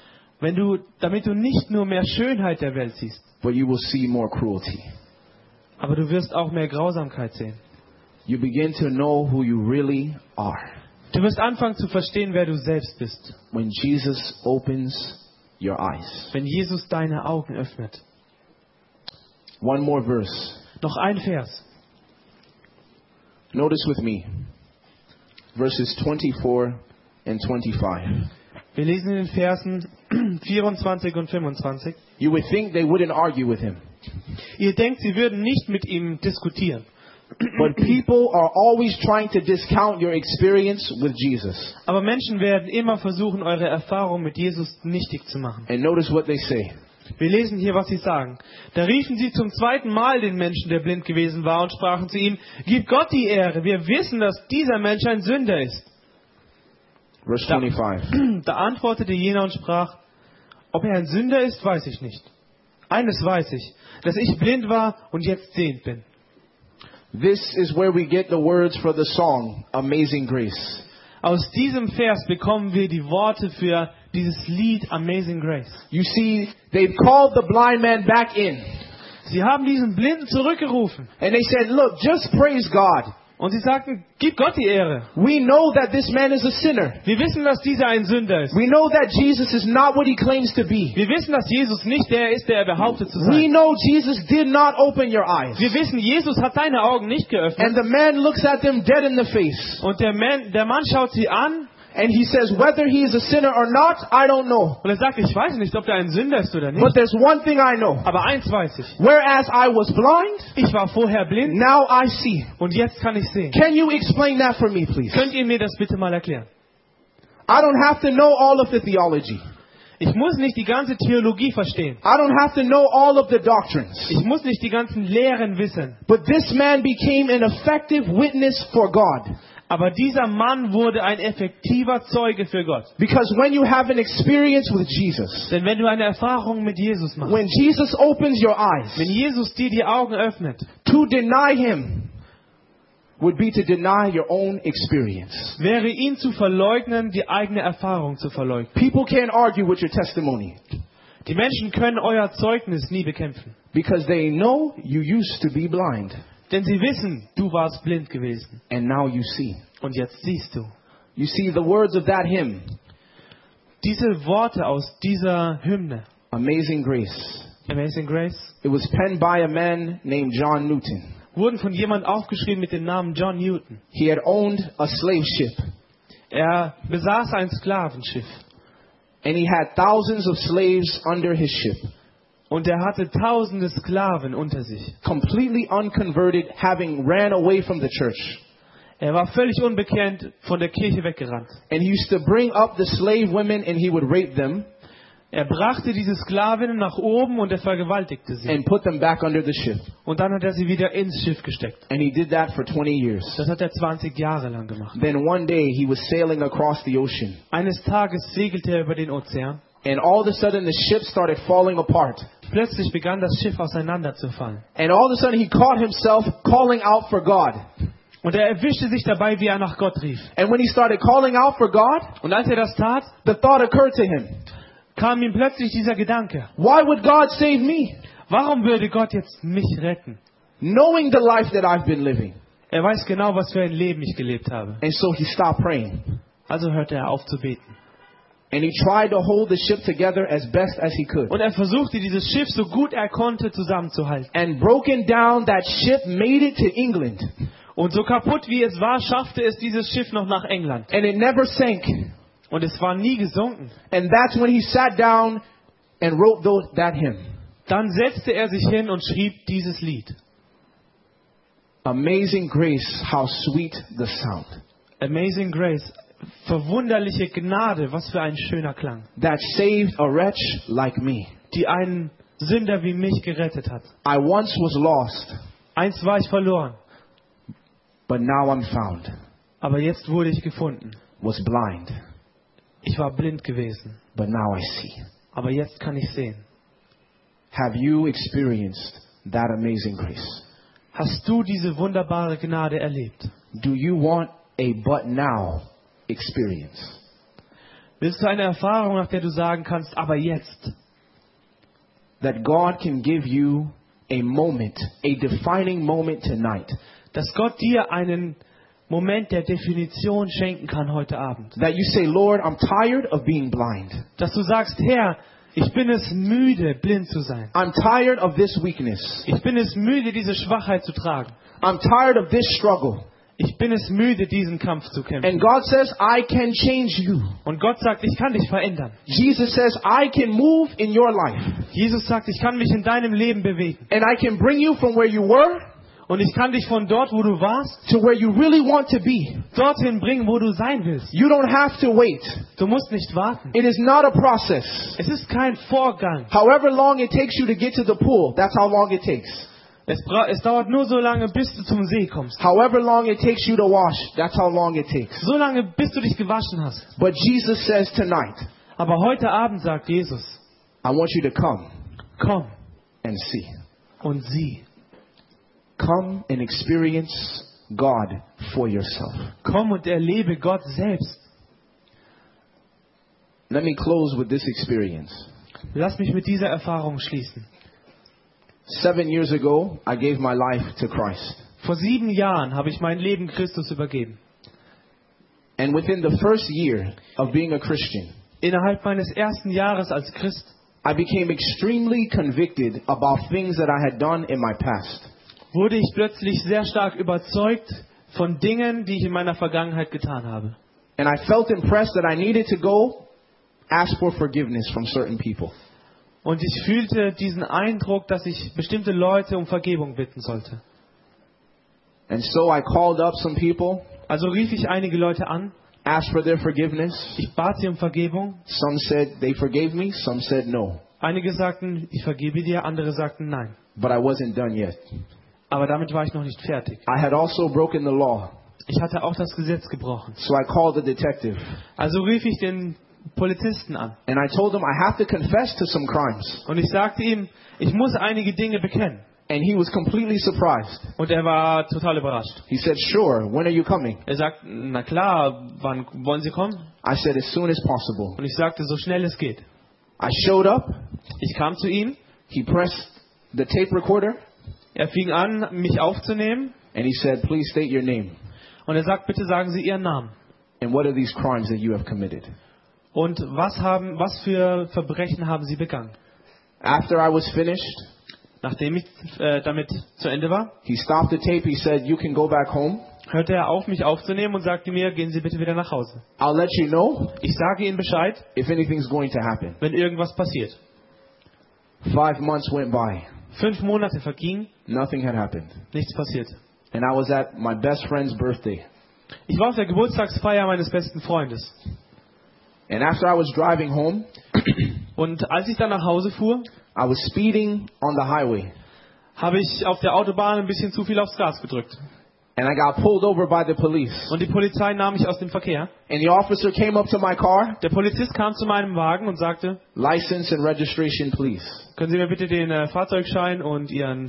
Damit du nicht nur mehr Schönheit der Welt siehst, but you will see more cruelty. aber du wirst auch mehr Grausamkeit sehen. You begin to know who you really are Du wirst anfangen zu verstehen, wer du selbst bist, when Jesus opens your eyes. wenn Jesus deine Augen öffnet. One more verse. Noch ein Vers. Notice with me verses 24 and 25. Wir lesen in den Versen 24 und 25. You would think they wouldn't argue with him, Ihr denkt, sie würden nicht mit ihm diskutieren. but people are always trying to discount your experience with Jesus. Aber Menschen werden immer versuchen, eure Erfahrung mit Jesus nichtig zu machen. And notice what they say. Wir lesen hier, was sie sagen. Da riefen sie zum zweiten Mal den Menschen, der blind gewesen war, und sprachen zu ihm: Gib Gott die Ehre, wir wissen, dass dieser Mensch ein Sünder ist. Verse 25. Da antwortete jener und sprach: Ob er ein Sünder ist, weiß ich nicht. Eines weiß ich, dass ich blind war und jetzt sehend bin. This is where we get the words for the song, Amazing Grace. Aus diesem Vers bekommen wir die Worte für dieses Lied Amazing Grace. You see, they've called the blind man back in. Sie haben diesen Blinden zurückgerufen And they said, look, just praise God. und sie sagten: Gib Gott die Ehre. We know that this man is a sinner. Wir wissen, dass dieser ein Sünder ist. We know that Jesus is not what he claims to be. Wir wissen, dass Jesus nicht der ist, der er behauptet zu We sein. know Jesus did not open your eyes. Wir wissen, Jesus hat deine Augen nicht geöffnet. And the man looks at them dead in the face. Und der Mann schaut sie an And he says, whether he is a sinner or not, I don't know. und er sagt: Ich weiß nicht, ob der ein Sünder ist oder nicht. But there's one thing I know. Aber eins weiß ich. Whereas I was blind, Ich war vorher blind now I see. und jetzt kann ich sehen. Can you explain that for me, please? Könnt ihr mir das bitte mal erklären? I don't have to know all of the theology. Ich muss nicht die ganze Theologie verstehen. I don't have to know all of the doctrines. Ich muss nicht die ganzen Lehren wissen. But this man became an effective witness for God. Aber dieser Mann wurde ein effektiver Zeuge für Gott. Because when you have an experience with Jesus, Denn wenn du eine Erfahrung mit Jesus machst, when Jesus opens your eyes, wenn Jesus dir die Augen öffnet, to deny him would be to deny your own experience. wäre ihn zu verleugnen, die eigene Erfahrung zu verleugnen. People can't argue with your testimony Die Menschen können euer Zeugnis nie bekämpfen. because they know you used to be blind Denn sie wissen, du warst blind gewesen. and now you see. Und jetzt siehst du. You see, the words of that hymn, Diese Worte aus dieser Hymne, Amazing Grace, Amazing Grace, it was penned by a man named John Newton. wurden von jemand aufgeschrieben mit dem Namen John Newton. He had owned a slave ship Er besaß ein Sklavenschiff. and he had thousands of slaves under his ship, Und er hatte tausende Sklaven unter sich. completely unconverted, having ran away from the church. Er war völlig unbekannt von der Kirche weggerannt. And he used to bring up the slave women and he would rape them Er brachte diese Sklavinnen nach oben und er vergewaltigte sie. and put them back under the ship. Und dann hat er sie wieder ins Schiff gesteckt. And he did that for 20 years. Das hat er 20 Jahre lang gemacht. Then one day he was sailing across the ocean Eines Tages segelte er über den Ozean. and all of a sudden the ship started falling apart. Plötzlich begann das Schiff auseinanderzufallen. And all of a sudden he caught himself calling out for God. Und er erwischte sich dabei, wie er nach Gott rief. And when he started calling out for God, Und als er das tat, the thought occurred to him, kam ihm plötzlich dieser Gedanke: why would God save me? Warum würde Gott jetzt mich retten? Knowing the life that I've been living. Er weiß genau, was für ein Leben ich gelebt habe. And so he stopped praying. Also hörte er auf zu beten. And he tried to hold the ship together as best as he could. Und er versuchte, dieses Schiff so gut er konnte zusammenzuhalten. And broken down, that ship made it to England. Und so kaputt wie es war, schaffte es dieses Schiff noch nach England. And it never sank. Und es war nie gesunken. And that's when he sat down and wrote that hymn. Dann setzte er sich hin und schrieb dieses Lied. Amazing grace, how sweet the sound. Amazing Grace. Verwunderliche Gnade, was für ein schöner Klang. That saved a wretch like me. Die einen Sünder wie mich gerettet hat. I once was lost, Einst war ich verloren, but now I'm found. aber jetzt wurde ich gefunden. Was blind, Ich war blind gewesen, but now I see. aber jetzt kann ich sehen. Have you experienced that amazing grace? Hast du diese wunderbare Gnade erlebt? Do you want a but now experience? Willst du eine Erfahrung, nach der du sagen kannst, aber jetzt? That God can give you a moment, a defining moment tonight. Dass Gott dir einen Moment der Definition schenken kann heute Abend. That you say, Lord, I'm tired of being blind. Dass du sagst, Herr, ich bin es müde, blind zu sein. I'm tired of this weakness. Ich bin es müde, diese Schwachheit zu tragen. I'm tired of this struggle. Ich bin es müde, diesen Kampf zu kämpfen. And God says, I can change you. Und Gott sagt, ich kann dich verändern. Jesus says, I can move in your life. Jesus sagt, ich kann mich in deinem Leben bewegen. And I can bring you from where you were Und ich kann dich von dort, wo du warst, to where you really want to be. dorthin bringen, wo du sein willst. You don't have to wait. Du musst nicht warten. It is not a process. Es ist kein Vorgang. However long it takes you to get to the pool, that's how long it takes. Es dauert nur so lange, bis du zum See kommst. However long it takes you to wash, that's how long it takes. So lange, bis du dich gewaschen hast. But Jesus says tonight, Aber heute Abend sagt Jesus, I want you to come komm and see. und sieh. Come and experience God for yourself. Komm und erlebe Gott selbst. Let me close with this experience. Lass mich mit dieser Erfahrung schließen. 7 years ago, I gave my life to Christ. Vor 7 Jahren habe ich mein Leben Christus übergeben. And within the first year of being a Christian, Innerhalb meines ersten Jahres als Christ I became extremely convicted about things that I had done in my past. wurde ich plötzlich sehr stark überzeugt von Dingen, die ich in meiner Vergangenheit getan habe. And I felt impressed that I needed to go ask for forgiveness from certain people. Und ich fühlte diesen Eindruck, dass ich bestimmte Leute um Vergebung bitten sollte. And so I called up some people, Also rief ich einige Leute an, asked for their forgiveness. ich bat sie um Vergebung. Some said they forgave me, some said no. Einige sagten, ich vergebe dir, andere sagten nein. But I wasn't done yet. Aber damit war ich noch nicht fertig. I had also broken the law. Ich hatte auch das Gesetz gebrochen. So I called the detective. Also rief ich den Polizisten an. And I told him I have to confess to some crimes. Und ich sagte ihm, ich muss einige Dinge bekennen. And he was completely surprised. Und er war total überrascht. He said, sure, when are you coming? Er sagt, na klar, wann wollen Sie kommen? I said, as soon as possible. Und ich sagte, so schnell es geht. I showed up. Ich kam zu ihm. He pressed the tape recorder. Er fing an, mich aufzunehmen. And he said, please state your name. Und er sagt, bitte sagen Sie Ihren Namen. And what are these crimes that you have committed? Und was für Verbrechen haben Sie begangen? After I was finished, Nachdem ich damit zu Ende war, he stopped the tape. He said, you can go back home. hörte er auf, mich aufzunehmen und sagte mir, gehen Sie bitte wieder nach Hause. I'll let you know Ich sage Ihnen Bescheid, if anything's going to happen. wenn irgendwas passiert. 5 months went by. 5 Monate vergingen, Nothing had happened. nichts passierte. And I was at my best friend's birthday. Ich war auf der Geburtstagsfeier meines besten Freundes. And after I was driving home, Und als ich dann nach Hause fuhr, I was speeding on the highway. habe ich auf der Autobahn ein bisschen zu viel aufs Gas gedrückt. And I got pulled over by the police. Und die Polizei nahm mich aus dem Verkehr. And the officer came up to my car. Der Polizist kam zu meinem Wagen und sagte, License and registration, please. können Sie mir bitte den Fahrzeugschein und Ihren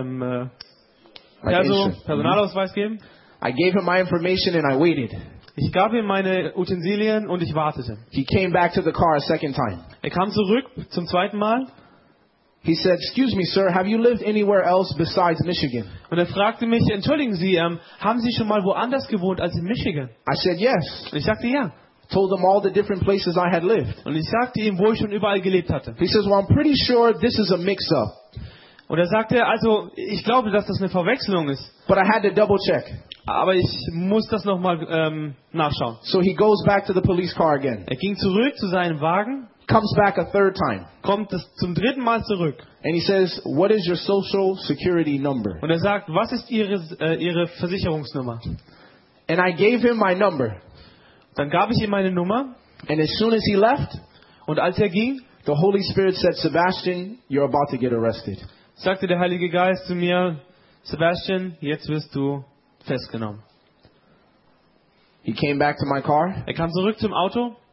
Like instant. Personalausweis geben? I gave him my information and I waited. Ich gab ihm meine Utensilien und ich wartete. He came back to the car a second time. Er kam zurück zum zweiten Mal He said, excuse me, sir, have you lived anywhere else besides Michigan? und er fragte mich, entschuldigen Sie, haben Sie schon mal woanders gewohnt als in Michigan? I said, yes. Und ich sagte ja. Told him all the different places I had lived. Und ich sagte ihm, wo ich schon überall gelebt hatte. He says, well, I'm pretty sure this is a mix-up. Und er sagte, also ich glaube, dass das eine Verwechslung ist. But I had to double check. Aber ich muss das nochmal nachschauen. So he goes back to the police car again. Er ging zurück zu seinem Wagen, Comes back a third time. kommt zum dritten Mal zurück. And he says, what is your social security number? Und er sagt, was ist Ihre Versicherungsnummer? And I gave him my number. Dann gab ich ihm meine Nummer. And as soon as he left, Und als er ging, the Holy Spirit said, Sebastian, you're about to get arrested. sagte der Heilige Geist zu mir, Sebastian, jetzt wirst du festgenommen. He came back to my car. Er kam zurück zum Auto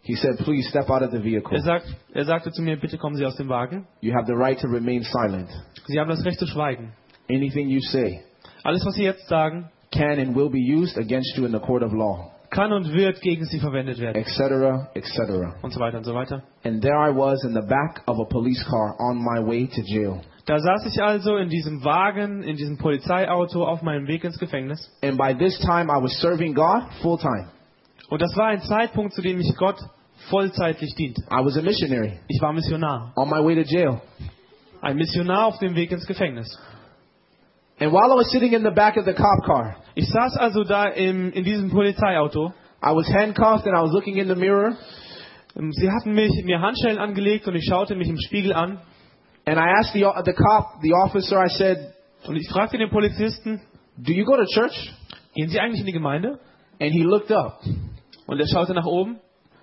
He said, please step out of the vehicle. Er sagte zu mir, bitte kommen Sie aus dem Wagen. You have the right to remain silent. Sie haben das Recht zu schweigen. Anything you say Alles, was Sie jetzt sagen, can and will be used against you in the court of law, kann und wird gegen Sie verwendet werden. etc., etc. Und so weiter und so weiter. And there I was in the back of a police car on my way to jail. Da saß ich also in diesem Wagen, in diesem Polizeiauto auf meinem Weg ins Gefängnis. And by this time I was serving God full time. Und das war ein Zeitpunkt, zu dem ich Gott vollzeitlich diente. I was a missionary Ich war Missionar. on my way to jail. Ein Missionar auf dem Weg ins Gefängnis. And while I was sitting in the back of the cop car, Ich saß also da in diesem Polizeiauto. I was handcuffed and I was looking in the mirror. Sie hatten mir Handschellen angelegt und ich schaute mich im Spiegel an. And I asked the officer, I said, Und ich fragte den Polizisten, do you go to church? gehen Sie eigentlich in die Gemeinde? And he looked up Und er schaute nach oben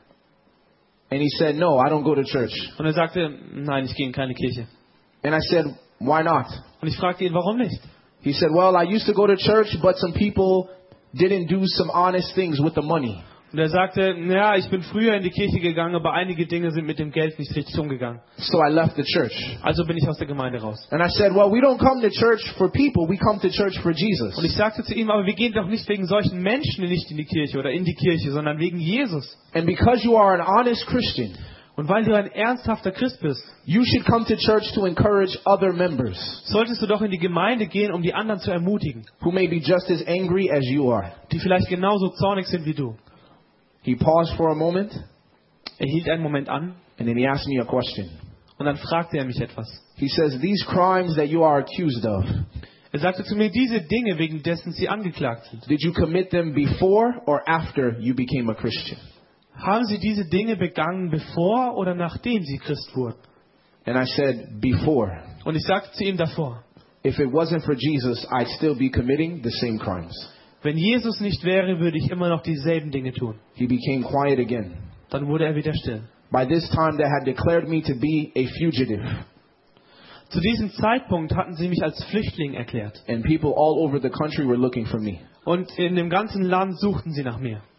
and he said, no, I don't go to church. und er sagte, nein, ich gehe in keine Kirche. And I said, why not? Und ich fragte ihn, warum nicht? He said, well, I used to go to church, but some people didn't do some honest things with the money. Und er sagte, ja, ich bin früher in die Kirche gegangen, aber einige Dinge sind mit dem Geld nicht richtig umgegangen. So I left the church. Also bin ich aus der Gemeinde raus. And I said, well, we don't come to church for people. We come to church for Jesus. Und ich sagte zu ihm, aber wir gehen doch nicht wegen solchen Menschen nicht in die Kirche oder in die Kirche, sondern wegen Jesus. And because you are an honest Christian, Und weil du ein ernsthafter Christ bist, you should come to church to encourage other members solltest du doch in die Gemeinde gehen, um die anderen zu ermutigen, who may be just as angry as you are. die vielleicht genauso zornig sind wie du. He paused for a moment Er hielt einen Moment an and then he asked me a question. und dann fragte er mich etwas. He says, these crimes that you are accused of, Er sagte zu mir, diese Dinge, wegen dessen sie angeklagt sind, did you commit them before or after you became a Christian? haben sie diese Dinge begangen, bevor oder nachdem sie Christ wurden? And I said, before. Und ich sagte zu ihm davor, If it wasn't for Jesus, I'd still be committing the same crimes. wenn Jesus nicht wäre, würde ich immer noch dieselben Dinge tun. He became quiet again. Dann wurde er wieder still. By this time, they had declared me to be a fugitive, Zu diesem Zeitpunkt hatten sie mich als Flüchtling erklärt. and people all over the country were looking for me. Und in dem ganzen Land suchten sie nach mir.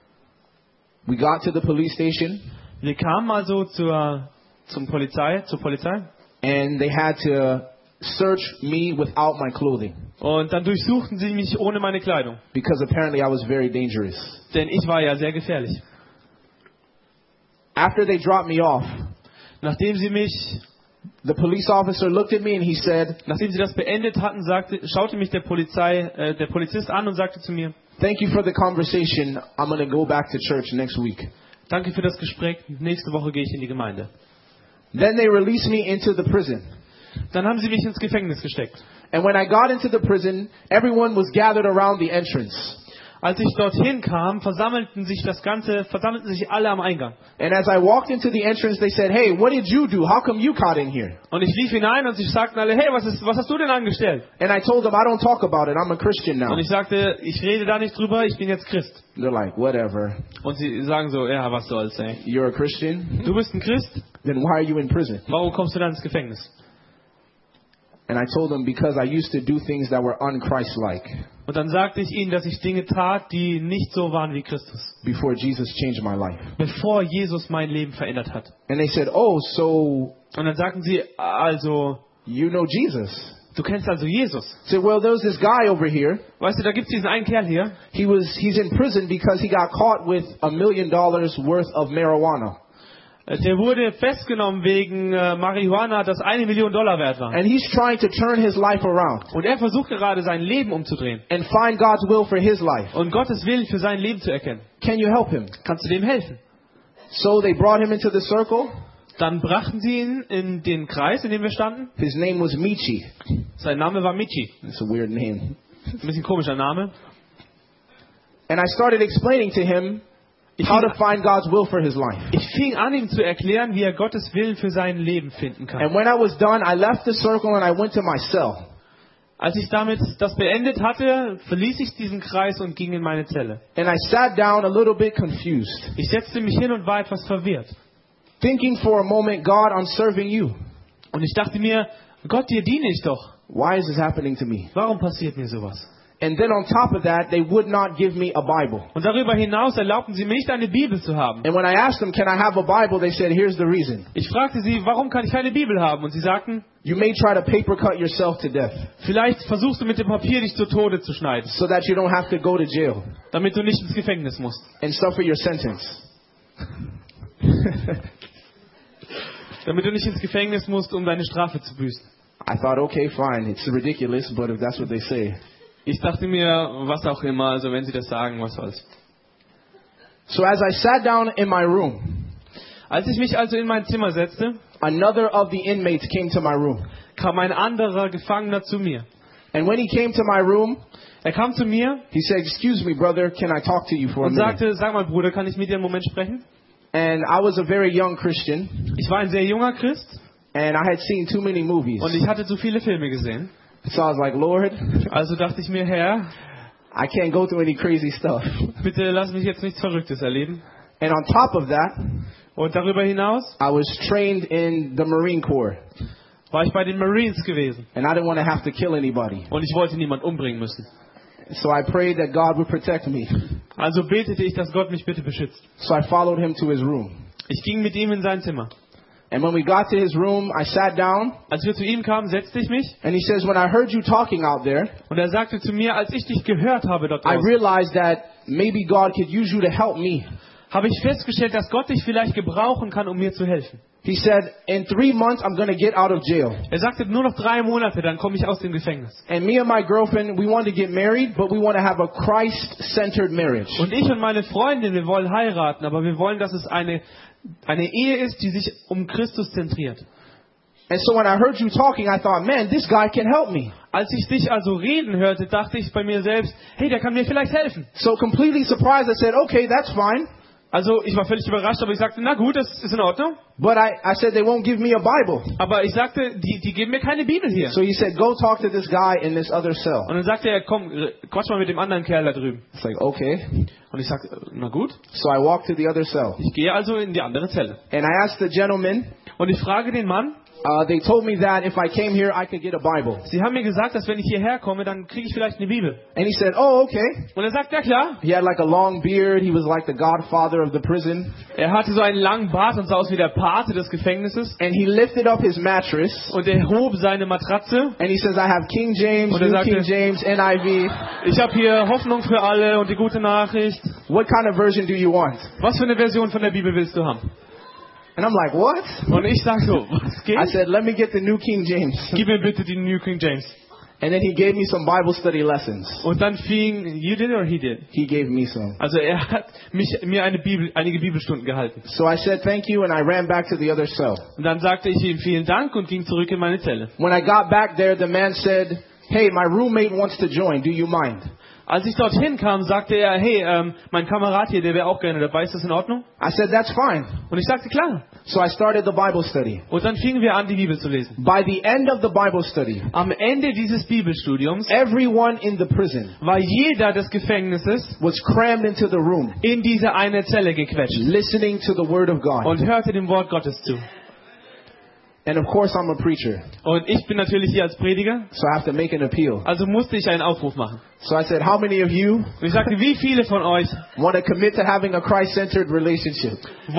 We got to the police station, Wir kamen also zur Polizei, and they had to search me without my clothing, und dann durchsuchten sie mich ohne meine Kleidung. because apparently I was very dangerous. Denn ich war ja sehr gefährlich. After they dropped me off, Nachdem sie the police officer looked at me and he said, das beendet hatten, schaute mich der Polizist an und sagte zu mir, thank you for the conversation. I'm going to go back to church next week. danke für das Gespräch, nächste Woche gehe ich in die Gemeinde. Then they released me into the prison. Dann haben sie mich ins Gefängnis gesteckt. And when I got into the prison, everyone was gathered around the entrance. Als ich dorthin kam, versammelten sich alle am Eingang. And as I walked into the entrance, they said, hey, what did you do? How come you got in here? Und ich lief hinein und sie sagten alle, hey, was hast du denn angestellt? And I told them, I don't talk about it. I'm a Christian now. Und ich sagte, ich rede da nicht drüber, ich bin jetzt Christ. They're like, whatever. Und sie sagen so, ja, was soll's, ey. You're a Christian? Du bist ein Christ? Then why are you in prison? Warum kommst du dann ins Gefängnis? And I told them, because I used to do things that were un-Christ-like Und dann sagte ich ihnen, dass ich Dinge tat, die nicht so waren wie Christus. before Jesus changed my life. Bevor Jesus mein Leben verändert hat. And they said, oh, so Und dann sagten sie, also, you know Jesus? du kennst also Jesus. I said, well, there's this guy over here. Weißt du, da gibt's diesen einen Kerl hier. He's in prison because he got caught with $1 million worth of marijuana. Der wurde festgenommen wegen Marihuana, das $1 Million wert war. And he's trying to turn his life around Und er versucht gerade sein Leben umzudrehen. and find God's will for his life. Und Gottes Willen für sein Leben zu erkennen. Can you help him? Kannst du dem helfen? So they brought him into the circle. Dann brachten sie ihn in den Kreis, in dem wir standen. His name was Michi. Sein Name war Michi. That's a weird name. Ein bisschen komischer Name. And I started explaining to him how to find God's will for his life. Ich fing an, ihm zu erklären, wie er Gottes Willen für sein Leben finden kann. And when I was done, I left the circle and I went to my cell. Als ich damit das beendet hatte, verließ ich diesen Kreis und ging in meine Zelle. And I sat down a little bit confused, Ich setzte mich hin und war etwas verwirrt. thinking for a moment, God, I'm serving you. Und ich dachte mir, Gott, dir diene ich doch. Why is this happening to me? Warum passiert mir sowas? And then on top of that, they would not give me a Bible. Und darüber hinaus erlaubten sie mir nicht, eine Bibel zu haben. And when I asked them, can I have a Bible, they said, here's the reason. Ich fragte sie, warum kann ich keine Bibel haben? Und sie sagten, You may try to paper cut yourself to death vielleicht versuchst du mit dem Papier dich zu Tode zu schneiden, so that you don't have to go to jail damit du nicht ins Gefängnis musst. and suffer your sentence. Damit du nicht ins Gefängnis musst, um deine Strafe zu büßen. I thought, okay, fine, it's ridiculous, but if that's what they say. Ich dachte mir, was auch immer, also wenn sie das sagen, was soll's. So as I sat down in my room, Als ich mich also in mein Zimmer setzte, another of the inmates came to my room. kam ein anderer Gefangener zu mir. And when he came to my room, Er kam zu mir he said, excuse me, brother, can I talk to you for a und minute? sagte, sag mal Bruder, kann ich mit dir einen Moment sprechen? And I was a very young Christian, Ich war ein sehr junger Christ and I had seen too many movies. und ich hatte zu viele Filme gesehen. So I was like, Lord, Also dachte ich mir, Herr, I can't go through any crazy stuff. bitte lass mich jetzt nichts Verrücktes erleben. And on top of that, Und darüber hinaus I was trained in the Marine Corps, war ich bei den Marines gewesen and I didn't want to have to kill anybody. und ich wollte niemand umbringen müssen. So I prayed that God would protect me. Also betete ich, dass Gott mich bitte beschützt. So I followed him to his room. Ich ging mit ihm in sein Zimmer. And when we got to his room, I sat down, Als wir zu ihm kamen, setzte ich mich and he says, when I heard you talking out there, und er sagte zu mir, als ich dich gehört habe dort I draußen, realized that maybe God could use you to help me. habe ich festgestellt, dass Gott dich vielleicht gebrauchen kann, um mir zu helfen. He said, in 3 months, I'm going to get out of jail. Er sagte, nur noch 3 Monate, dann komme ich aus dem Gefängnis. And me and my girlfriend, we want to get married, but we want to have a Christ-centered marriage. Und ich und meine Freundin, wir wollen heiraten, aber wir wollen, dass es eine Ehe ist, die sich um Christus zentriert. And so when I heard you talking, I thought, man, this guy can help me. Als ich dich also reden hörte, dachte ich bei mir selbst, hey, der kann mir vielleicht helfen. So completely surprised, I said, okay, that's fine. Also ich war völlig überrascht, aber ich sagte, na gut, das ist in Ordnung. But I said, they won't give me a Bible. Aber ich sagte, die geben mir keine Bibel hier. So he said, go talk to this guy in this other cell. Und dann sagte er, komm, quatsch mal mit dem anderen Kerl da drüben. It's like, okay. Und ich sagte, na gut. So I walked to the other cell. Ich gehe also in die andere Zelle. And I asked the gentleman, Und ich frage den Mann, they told me that if I came here, I could get a Bible. sie haben mir gesagt, dass wenn ich hierher komme, dann kriege ich vielleicht eine Bibel. And he said, oh, okay. Und er sagt, ja klar. He had like a long beard. He was like the godfather of the prison. Er hatte so einen langen Bart und sah aus wie der Pate des Gefängnisses. And he lifted up his mattress. Und er hob seine Matratze. And he says, I have King James, Und er New sagte, King James, NIV. Ich habe hier Hoffnung für alle und die gute Nachricht. What kind of version do you want? Was für eine Version von der Bibel willst du haben? And I'm like, what? Und ich sag so, was geht? I said, let me get the New King James. Gib mir bitte die New King James. And then he gave me some Bible study lessons. Und dann fing, you did or he did? He gave me some. Also er hat mir einige Bibelstunden gehalten. So I said thank you, and I ran back to the other cell. Und dann sagte ich ihm vielen Dank und ging zurück in meine Zelle. When I got back there, the man said, hey, my roommate wants to join. Do you mind? Als ich dorthin kam, sagte er, hey, mein Kamerad hier, der wäre auch gerne dabei, ist das in Ordnung? I said, that's fine. Und ich sagte, klar. So I started the Bible study. Und dann fingen wir an, die Bibel zu lesen. By the end of the Bible study, Am Ende dieses Bibelstudiums everyone in the prison war jeder des Gefängnisses was crammed into the room, in diese eine Zelle gequetscht listening to the Word of God. und hörte dem Wort Gottes zu. And of course, I'm a preacher, Und ich bin natürlich hier als Prediger, so I have to make an appeal. also musste ich einen Aufruf machen. So I said, how many of you Und ich sagte, wie viele von euch want to commit to having a Christ-centered relationship?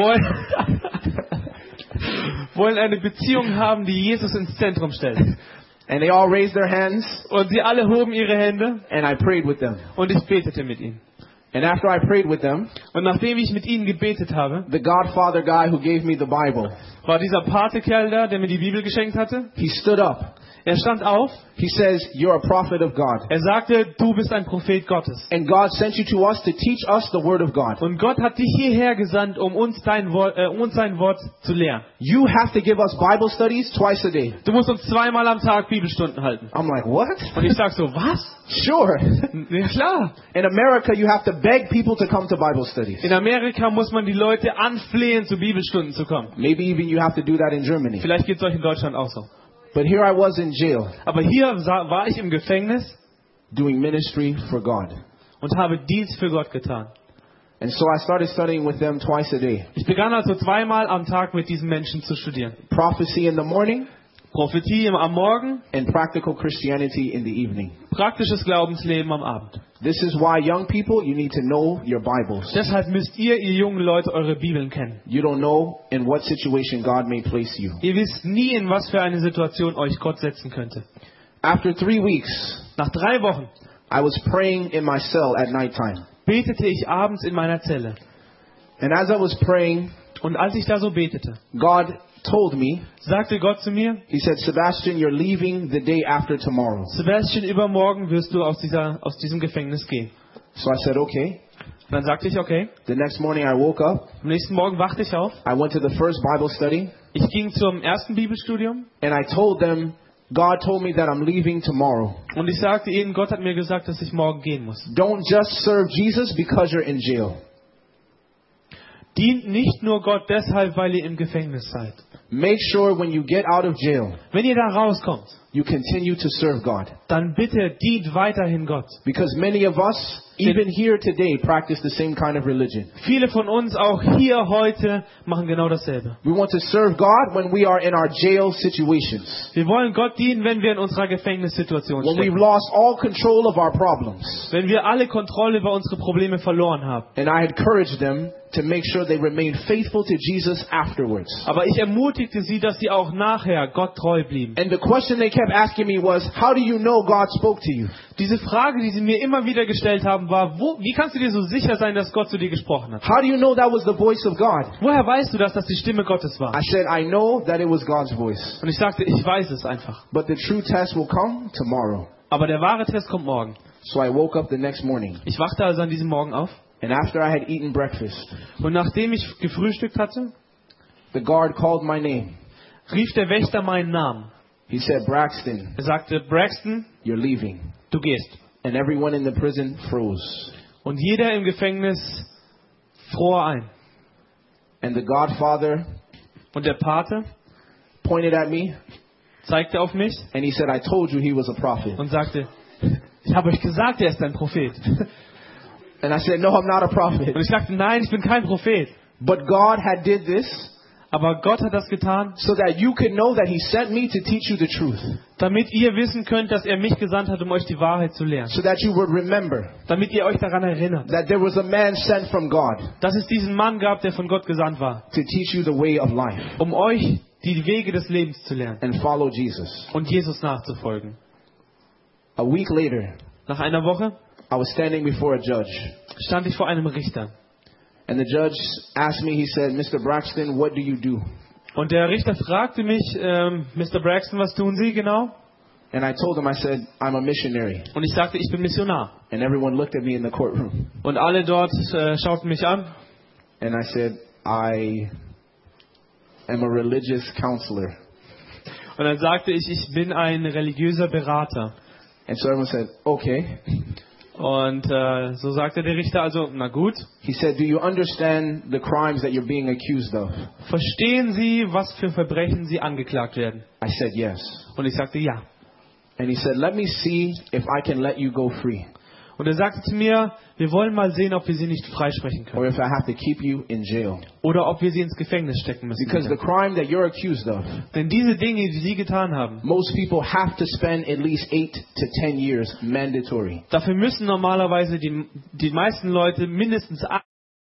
wollen eine Beziehung haben, die Jesus ins Zentrum stellt? And they all raised their hands, Und sie alle hoben ihre Hände and I prayed with them. und ich betete mit ihnen. And after I prayed with them, Und nachdem ich mit ihnen gebetet habe, the Godfather guy who gave me the Bible, war dieser Patekerl da, der mir die Bibel geschenkt hatte. he stood up. Er stand auf, He says, you're a prophet of God. er sagte, du bist ein Prophet Gottes. And God sent you to us to teach us the Word of God. Und Gott hat dich hierher gesandt, um uns sein Wort zu lehren. You have to give us Bible studies twice a day. Du musst uns 2-mal am Tag Bibelstunden halten. I'm like, what? Und ich sag so, was? Sure. Ja klar. In America, you have to beg people to come to Bible studies. In Amerika muss man die Leute anflehen, zu Bibelstunden zu kommen. Maybe even you have to do that in Germany. Vielleicht geht es euch in Deutschland auch so. But here I was in jail Aber hier war ich im Gefängnis doing ministry for God. und habe Dienst für Gott getan. And so I started studying with them twice a day. Ich begann also 2-mal am Tag mit diesen Menschen zu studieren. Prophecy in the morning Prophetie am Morgen, and practical Christianity in the evening. praktisches Glaubensleben am Abend. This is why young people, you need to know your Bibles. Deshalb müsst ihr jungen Leute, eure Bibeln kennen. You don't know in what situation God may place you. Ihr wisst nie, in was für eine Situation euch Gott setzen könnte. After 3 weeks, Nach 3 Wochen I was praying in my cell at nighttime. betete ich abends in meiner Zelle. And as I was praying, Und als ich da so betete, God told me, sagte Gott zu mir, He said, Sebastian, you're leaving the day after tomorrow. Sebastian, übermorgen wirst du aus diesem Gefängnis gehen. So I said, okay. Und dann sagte ich, okay. The next morning I woke up. Am nächsten Morgen wachte ich auf. I went to the first Bible study. Ich ging zum ersten Bibelstudium. And I told them, God told me that I'm leaving tomorrow. Und ich sagte ihnen, Gott hat mir gesagt, dass ich morgen gehen muss. Don't just serve Jesus because you're in jail. Dient nicht nur Gott deshalb, weil ihr im Gefängnis seid. Make sure when you get out of jail, Wenn ihr da rauskommt, you continue to serve God. dann bitte dient weiterhin Gott. Because many of us, even here today, practice the same kind of religion. Viele von uns, auch hier heute, machen genau dasselbe. We want to serve God when we are in our jail situations. Wir wollen Gott dienen, wenn wir in unserer Gefängnissituation When we've stecken. lost all control of our problems. Wenn wir alle Kontrolle über unsere Probleme verloren haben. And I encourage them to make sure they remain faithful to Jesus afterwards. Aber ich ermutigte sie, dass sie auch nachher Gott treu blieben. And the question they kept asking me was, how do you know God spoke to you? Diese Frage, die sie mir immer wieder gestellt haben, war, wie kannst du dir so sicher sein, dass Gott zu dir gesprochen hat? How do you know that was the voice of God? Woher weißt du, dass das die Stimme Gottes war? I said, I know that it was God's voice. Und ich sagte, ich weiß es einfach. But the true test will come tomorrow. Aber der wahre Test kommt morgen. So I woke up the next morning. Ich wachte also an diesem Morgen auf. And after I had eaten breakfast, Und nachdem ich gefrühstückt hatte, the guard called my name. rief der Wächter meinen Namen. He said, Braxton, Er sagte, Braxton, you're leaving. du gehst. And everyone in the prison froze. Und jeder im Gefängnis fror ein. And the Godfather Und der Pate pointed at me zeigte auf mich and he said, I told you he was a prophet. und sagte, ich habe euch gesagt, er ist ein Prophet. And I said, no, I'm not a prophet. Und ich sagte, nein, ich bin kein Prophet. But God had did this Aber Gott hat das getan, so that you could know that he sent me to teach you the truth. damit ihr wissen könnt, dass er mich gesandt hat, um euch die Wahrheit zu lehren. So that you would remember Damit ihr euch daran erinnert, that there was a man sent from God dass es diesen Mann gab, der von Gott gesandt war, to teach you the way of life um euch die Wege des Lebens zu lernen and follow Jesus. und Jesus nachzufolgen. A week later, Nach einer Woche I was standing before a judge. stand ich vor einem Richter. And the judge asked me, he said, Mr. Braxton, what do you do? Und der Richter fragte mich, Mr. Braxton, was tun Sie genau? And I told him, I said, I'm a missionary. Und ich sagte, ich bin Missionar. And everyone looked at me in the courtroom. Und alle dort schauten mich an. And I said, I am a religious counselor. Und dann sagte ich, ich bin ein religiöser Berater. And so everyone said, okay. Und so sagte der Richter also, na gut. He said, do you understand the crimes that you're being accused of? Verstehen Sie, was für Verbrechen Sie angeklagt werden? I said, yes. Und ich sagte, ja. And he said, let me see if I can let you go free. Und er sagte zu mir, wir wollen mal sehen, ob wir Sie nicht freisprechen Or können. if I have to keep you in jail. Oder ob wir Sie ins Gefängnis stecken müssen. Because the crime that you're accused of, Denn diese Dinge, die Sie getan haben, most people have to spend at least 8 to 10 years mandatory. dafür müssen normalerweise die meisten Leute mindestens 8.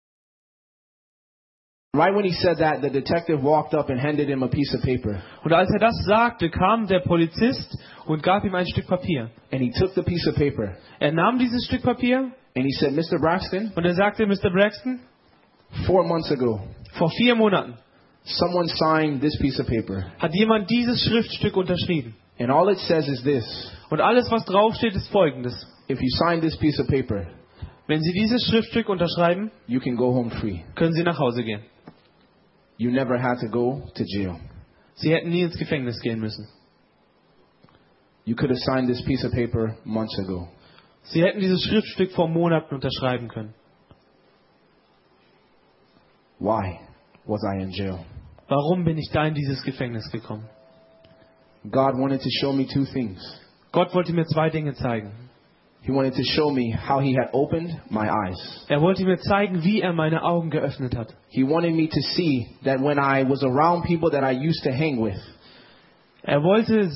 Right when he said that, the detective walked up and handed him a piece of paper. Und als er das sagte, kam der Polizist und gab ihm ein Stück Papier. And he took the piece of paper. Er nahm dieses Stück Papier And he said, Mr. Braxton, und er sagte, Mr. Braxton, 4 months ago, vor 4 Monaten someone signed this piece of paper. hat jemand dieses Schriftstück unterschrieben. And all it says is this. Und alles, was draufsteht, ist folgendes. If you sign this piece of paper, Wenn Sie dieses Schriftstück unterschreiben, you can go home free. können Sie nach Hause gehen. You never had to go to jail. Sie hätten nie ins Gefängnis gehen müssen. You could have signed this piece of paper months ago. Sie hätten dieses Schriftstück vor Monaten unterschreiben können. Why was I in jail? Warum bin ich da in dieses Gefängnis gekommen? God wanted to show me 2 things. Gott wollte mir 2 Dinge zeigen. He wanted to show me how he had opened my eyes. Er wollte mir zeigen, wie er meine Augen geöffnet hat. He wanted me to see that when I was around people that I used to hang with, Er wollte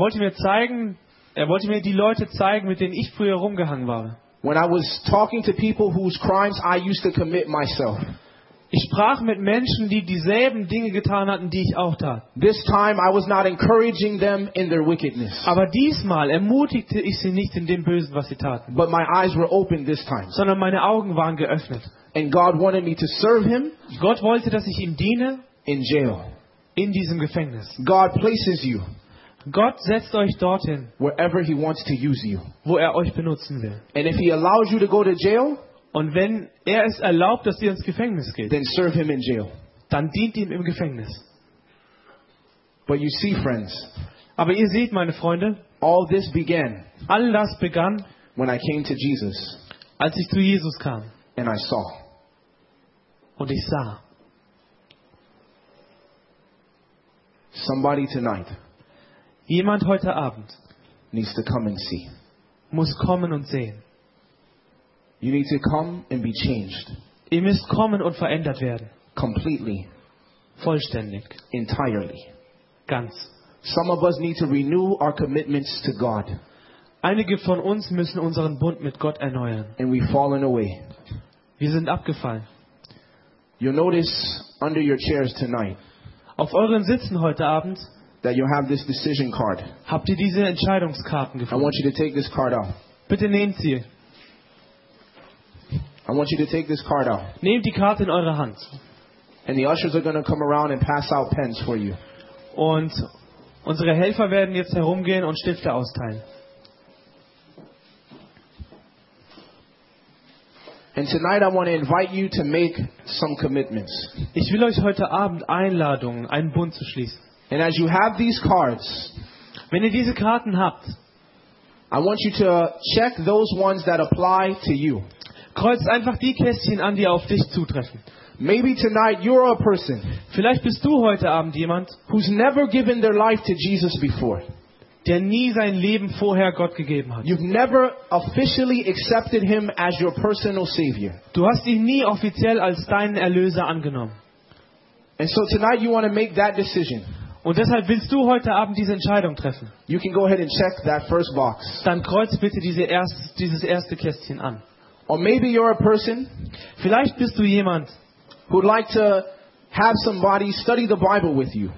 mir die Leute zeigen, mit denen ich früher rumgehangen war. When I was talking to people whose crimes I used to commit myself. Ich sprach mit Menschen, die dieselben Dinge getan hatten, die ich auch tat. This time I was not encouraging them in their wickedness. Aber diesmal ermutigte ich sie nicht in dem Bösen, was sie taten. But my eyes were open this time. Sondern meine Augen waren geöffnet. And God wanted me to serve Him Gott wollte, dass ich ihm diene in jail. in diesem Gefängnis. God places you Gott setzt euch dorthin, wherever He wants to use you. wo er euch benutzen will. And if He allows you to go to jail, Und wenn er es erlaubt, dass ihr ins Gefängnis geht, then serve Him in jail. dann dient ihm im Gefängnis. But you see, friends, Aber ihr seht, meine Freunde, all this began all das begann, when I came to Jesus als ich zu Jesus kam and I saw. und ich sah. Somebody tonight Jemand heute Abend needs to come and see. muss kommen und sehen. You need to come and be changed Ihr müsst kommen und verändert werden. completely, Vollständig. entirely. Ganz. Some of us need to renew our commitments to God, Einige von uns müssen unseren Bund mit Gott erneuern. and we've fallen away. Wir sind abgefallen. You'll notice under your chairs tonight Auf euren Sitzen heute Abend that you'll have this decision card. habt ihr diese Entscheidungskarten I gefunden. want you to take this card out. Bitte nehmt sie. I want you to take this card out. Nehmt die Karte in eure Hand. And the ushers are going to come around and pass out pens for you. Und unsere Helfer werden jetzt herumgehen und Stifte austeilen. And tonight I want to invite you to make some commitments. Ich will euch heute Abend einladen, einen Bund zu schließen. And as you have these cards, Wenn ihr diese Karten habt, I want you to check those ones that apply to you. kreuzt einfach die Kästchen an, die auf dich zutreffen. Maybe tonight you're a person Vielleicht bist du heute Abend jemand, who's never given their life to Jesus before. der nie sein Leben vorher Gott gegeben hat. You've never officially accepted Him as your personal Savior. Du hast ihn nie offiziell als deinen Erlöser angenommen. And so tonight you want to make that decision. Und deshalb willst du heute Abend diese Entscheidung treffen. You can go ahead and check that first box. Dann kreuz bitte dieses erste Kästchen an. Or maybe you're a person Vielleicht bist du jemand, who'd like to have somebody study the Bible with you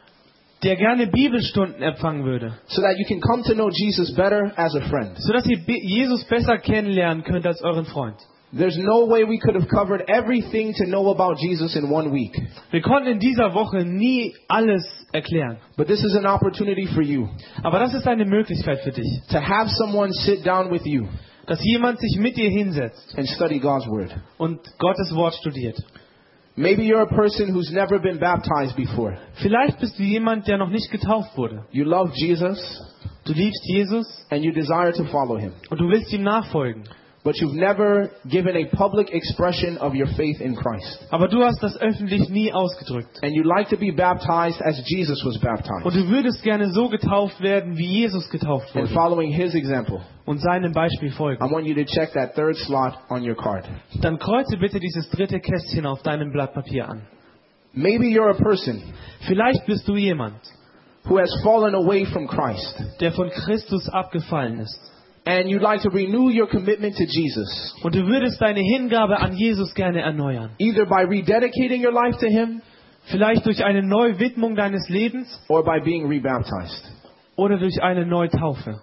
der gerne Bibelstunden empfangen würde, so that you can come to know Jesus better as a friend. sodass ihr Jesus besser kennenlernen könnt als euren Freund. There's no way we could have covered everything to know about Jesus in 1 week. Wir konnten in dieser Woche nie alles erklären. But this is an opportunity for you Aber das ist eine Möglichkeit für dich, to have someone sit down with you dass jemand sich mit dir hinsetzt and study God's Word. und Gottes Wort studiert. Maybe you're a person who's never been baptized before. Vielleicht bist du jemand, der noch nicht getauft wurde. You love Jesus Du liebst Jesus and you desire to follow Him. und du willst ihm nachfolgen. But you've never given a public expression of your faith in Christ. Aber du hast das öffentlich nie ausgedrückt. And you'd like to be baptized as Jesus was Und baptized. du würdest gerne so getauft werden, wie Jesus getauft And wurde. following His example, Und seinem Beispiel I folgen. want you to check that third slot on your card. Dann kreuze bitte dieses dritte Kästchen auf deinem Blatt Papier an. Maybe you're a person Vielleicht bist du jemand, who has fallen away from Christ. der von Christus abgefallen ist. And you'd like to renew your commitment to Jesus, Und du würdest deine Hingabe an Jesus gerne erneuern. either by rededicating your life to Him Vielleicht durch eine Neuwidmung deines Lebens or by being rebaptized. oder durch eine Neutaufe.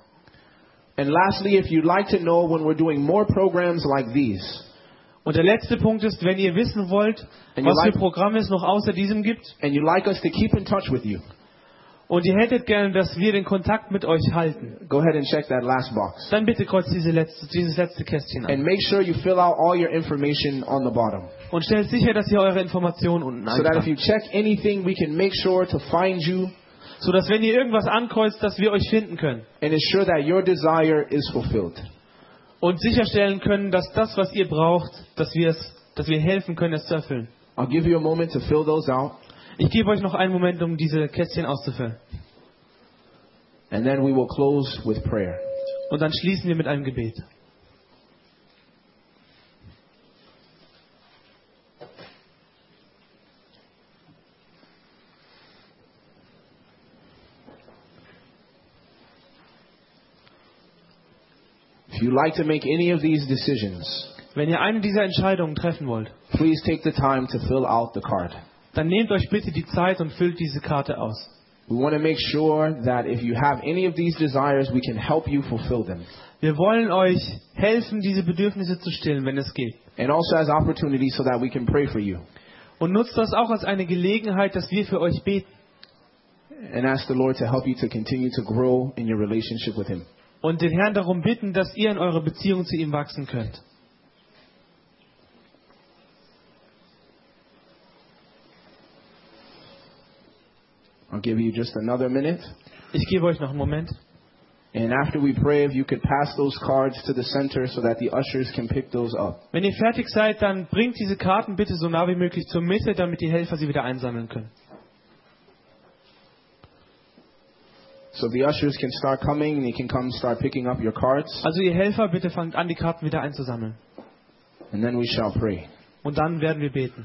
And lastly, if you'd like to know when we're doing more programs like these, Und der letzte Punkt ist, wenn ihr wissen wollt, was für Programme es noch außer diesem gibt and you'd like us to keep in touch with you, und ihr hättet gerne, dass wir den Kontakt mit euch halten, go ahead and check that last box. dann bitte kreuzt dieses letzte Kästchen an. And make sure you fill out all your information on the bottom, Und stellt sicher, dass ihr eure Informationen unten so that if eintragt. you check anything, we can make sure to find you So dass wenn ihr irgendwas ankreuzt, dass wir euch finden können. and ensure that your desire is fulfilled. Und sicherstellen können, dass das, was ihr braucht, dass wir helfen können, es zu erfüllen. I'll give you a moment to fill those out, Ich gebe euch noch einen Moment, um diese Kästchen auszufüllen. and then we will close with prayer. Und dann schließen wir mit einem Gebet. If you like to make any of these decisions, Wenn ihr eine dieser Entscheidungen treffen wollt, please take the time to fill out the card. dann nehmt euch bitte die Zeit und füllt diese Karte aus. We want to make sure that if you have any of these desires, we can help you fulfill them. Wir wollen euch helfen, diese Bedürfnisse zu stillen, wenn es geht. And also as opportunity so that we can pray for you Und nutzt das auch als eine Gelegenheit, dass wir für euch beten. and ask the Lord to help you to continue to grow in your relationship with Him. Und den Herrn darum bitten, dass ihr in eurer Beziehung zu ihm wachsen könnt. I'll give you just another minute. Ich gebe euch noch einen Moment. And after we pray, if you could pass those cards to the center so that the ushers can pick those up. Wenn ihr fertig seid, dann bringt diese Karten bitte so nah wie möglich zur Mitte, damit die Helfer sie wieder einsammeln können. So the ushers can start coming and you can come start picking up your cards. Also ihr Helfer, bitte fangt an, die Karten wieder einzusammeln. And then we shall pray. Und dann werden wir beten.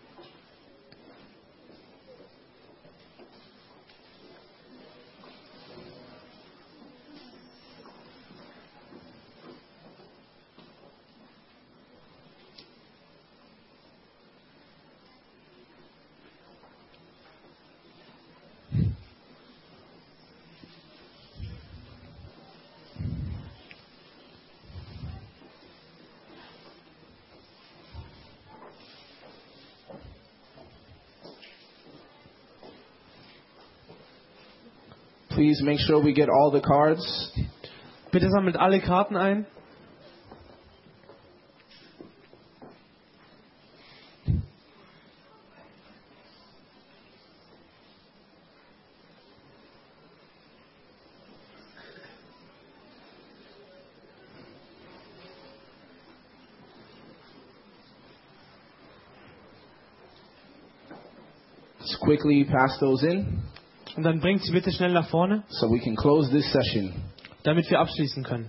Please make sure we get all the cards. Bitte sammelt alle Karten ein. Just quickly pass those in Und dann bringt sie bitte schnell nach vorne, so we can close this session. damit wir abschließen können.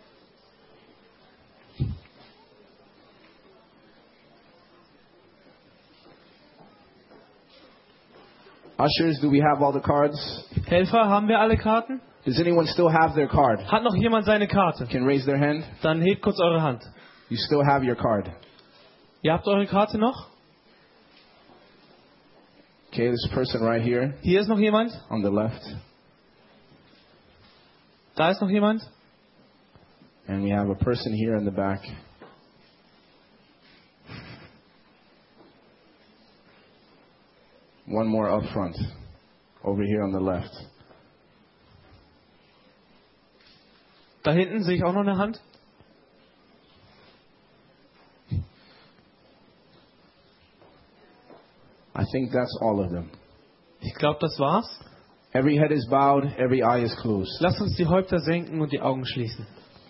Ushers, do we have all the cards? Helfer, haben wir alle Karten? Does anyone still have their card? Hat noch jemand seine Karte? Can raise their hand? Dann hebt kurz eure Hand. You still have your card. Ihr habt eure Karte noch? Okay, this person right here Hier ist noch jemand? on the left. Da ist noch jemand? And we have a person here in the back. One more up front, over here on the left. Da hinten sehe ich auch noch eine Hand. I think that's all of them. Ich glaube, das war's. Every head is bowed, every eye is closed. Lasst uns die Häupter senken und die Augen schließen.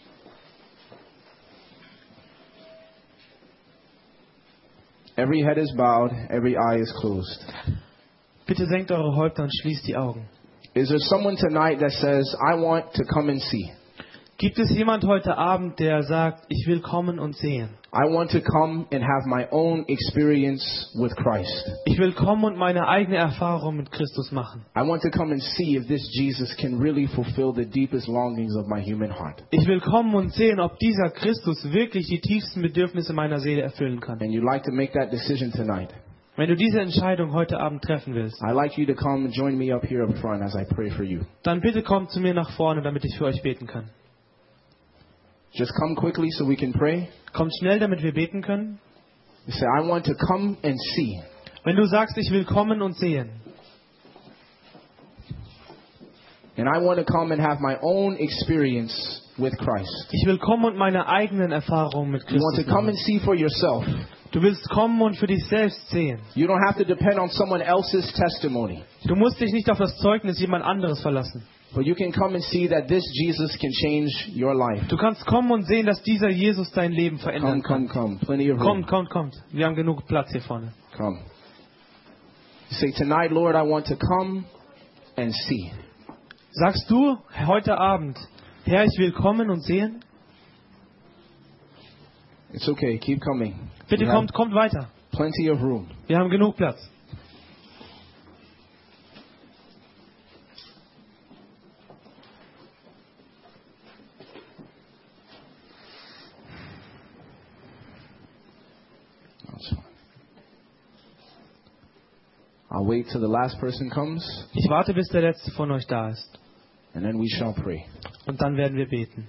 Every head is bowed, every eye is closed. Bitte senkt eure Häupter und schließt die Augen. Is there someone tonight that says, I want to come and see? Gibt es jemand heute Abend, der sagt, ich will kommen und sehen? I want to come and have my own experience with Christ. Ich will kommen und meine eigene Erfahrung mit Christus machen. I want to come and see if this Jesus can really fulfill the deepest longings of my human heart. Ich will kommen und sehen, ob dieser Christus wirklich die tiefsten Bedürfnisse meiner Seele erfüllen kann. And you'd like to make that decision tonight. Wenn du diese Entscheidung heute Abend treffen willst, I'd like you to come and join me up here up front as I pray for you. dann bitte kommt zu mir nach vorne, damit ich für euch beten kann. Just come quickly so we can pray. Kommt schnell, damit wir beten können. You say, I want to come and see. Wenn du sagst, ich will kommen und sehen, And I want to come and have my own experience with Christ. ich will kommen und meine eigenen Erfahrungen mit You want to Christus come machen. and see for yourself. Du willst kommen und für dich selbst sehen. You don't have to depend on someone else's testimony. Du musst dich nicht auf das Zeugnis jemand anderes verlassen. But you can come and see that this Jesus can change your life. Du kannst kommen und sehen, dass dieser Jesus dein Leben verändern Come, come, kann. come. Plenty of room. Kommt. Wir haben genug Platz hier vorne. Come. You say, tonight, Lord, I want to come and see. Sagst du heute Abend, Herr, ich will kommen und sehen? It's okay. Keep coming. Bitte We have kommt weiter. plenty of room. Wir haben genug Platz. I'll wait till the last person comes, Ich warte, bis der letzte von euch da ist. and then we shall pray. Und dann werden wir beten.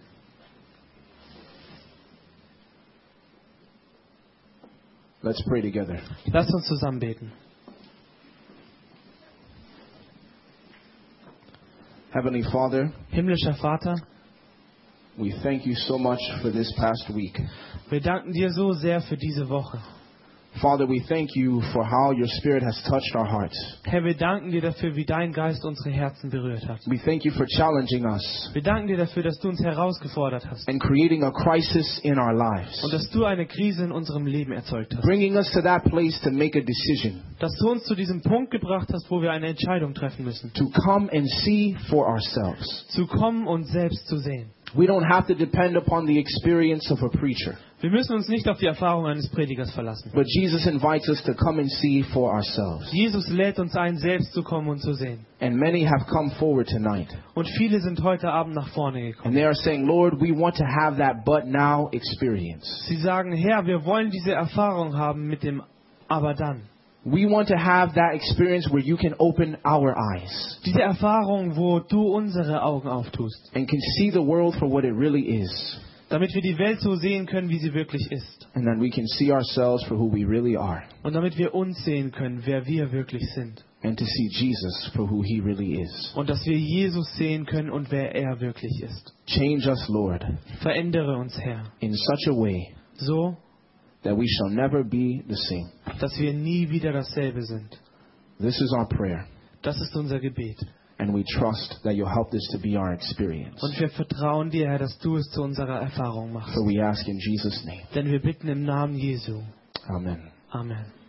Let's pray together. Lasst uns zusammen beten. Heavenly Father, Himmlischer Vater, we thank you so much for this past week. wir danken dir so sehr für diese Woche. Father, we thank you for how your Spirit has touched our hearts. Herr, wir danken dir dafür, wie dein Geist unsere Herzen berührt hat. We thank you for challenging us Wir danken dir dafür, dass du uns herausgefordert hast and creating a crisis in our und lives, dass du eine Krise in unserem Leben erzeugt hast. bringing us to that place to make a decision, Dass du uns zu diesem Punkt gebracht hast, wo wir eine Entscheidung treffen müssen. to come and see for ourselves. Zu kommen und selbst zu sehen. We don't have to depend upon the experience of a preacher, Wir müssen uns nicht auf die Erfahrung eines Predigers verlassen. but Jesus invites us to come and see for ourselves. Jesus lädt uns ein, selbst zu kommen und zu sehen. And many have come forward tonight, Und viele sind heute Abend nach vorne gekommen. and they are saying, Lord, we want to have that but now experience. Sie sagen, Herr, wir wollen diese Erfahrung haben mit dem Aber dann. We want to have that experience where you can open our eyes Diese Erfahrung, wo du unsere Augen auftust. and can see the world for what it really is, Damit wir die Welt so sehen können, wie sie wirklich ist. and then we can see ourselves for who we really are, Und damit wir uns sehen können, wer wir wirklich sind. and to see Jesus for who he really is. Und dass wir Jesus sehen können und wer er wirklich ist. Change us, Lord, Verändere uns, Herr, in such a way so, that we shall never be the same. dass wir nie wieder dasselbe sind. This is our prayer, Das ist unser Gebet. and we trust that you'll help this to be our experience. Und wir vertrauen dir, Herr, dass du es zu unserer Erfahrung machst. So we ask in Jesus' name. Denn wir bitten im Namen Jesu. Amen. Amen.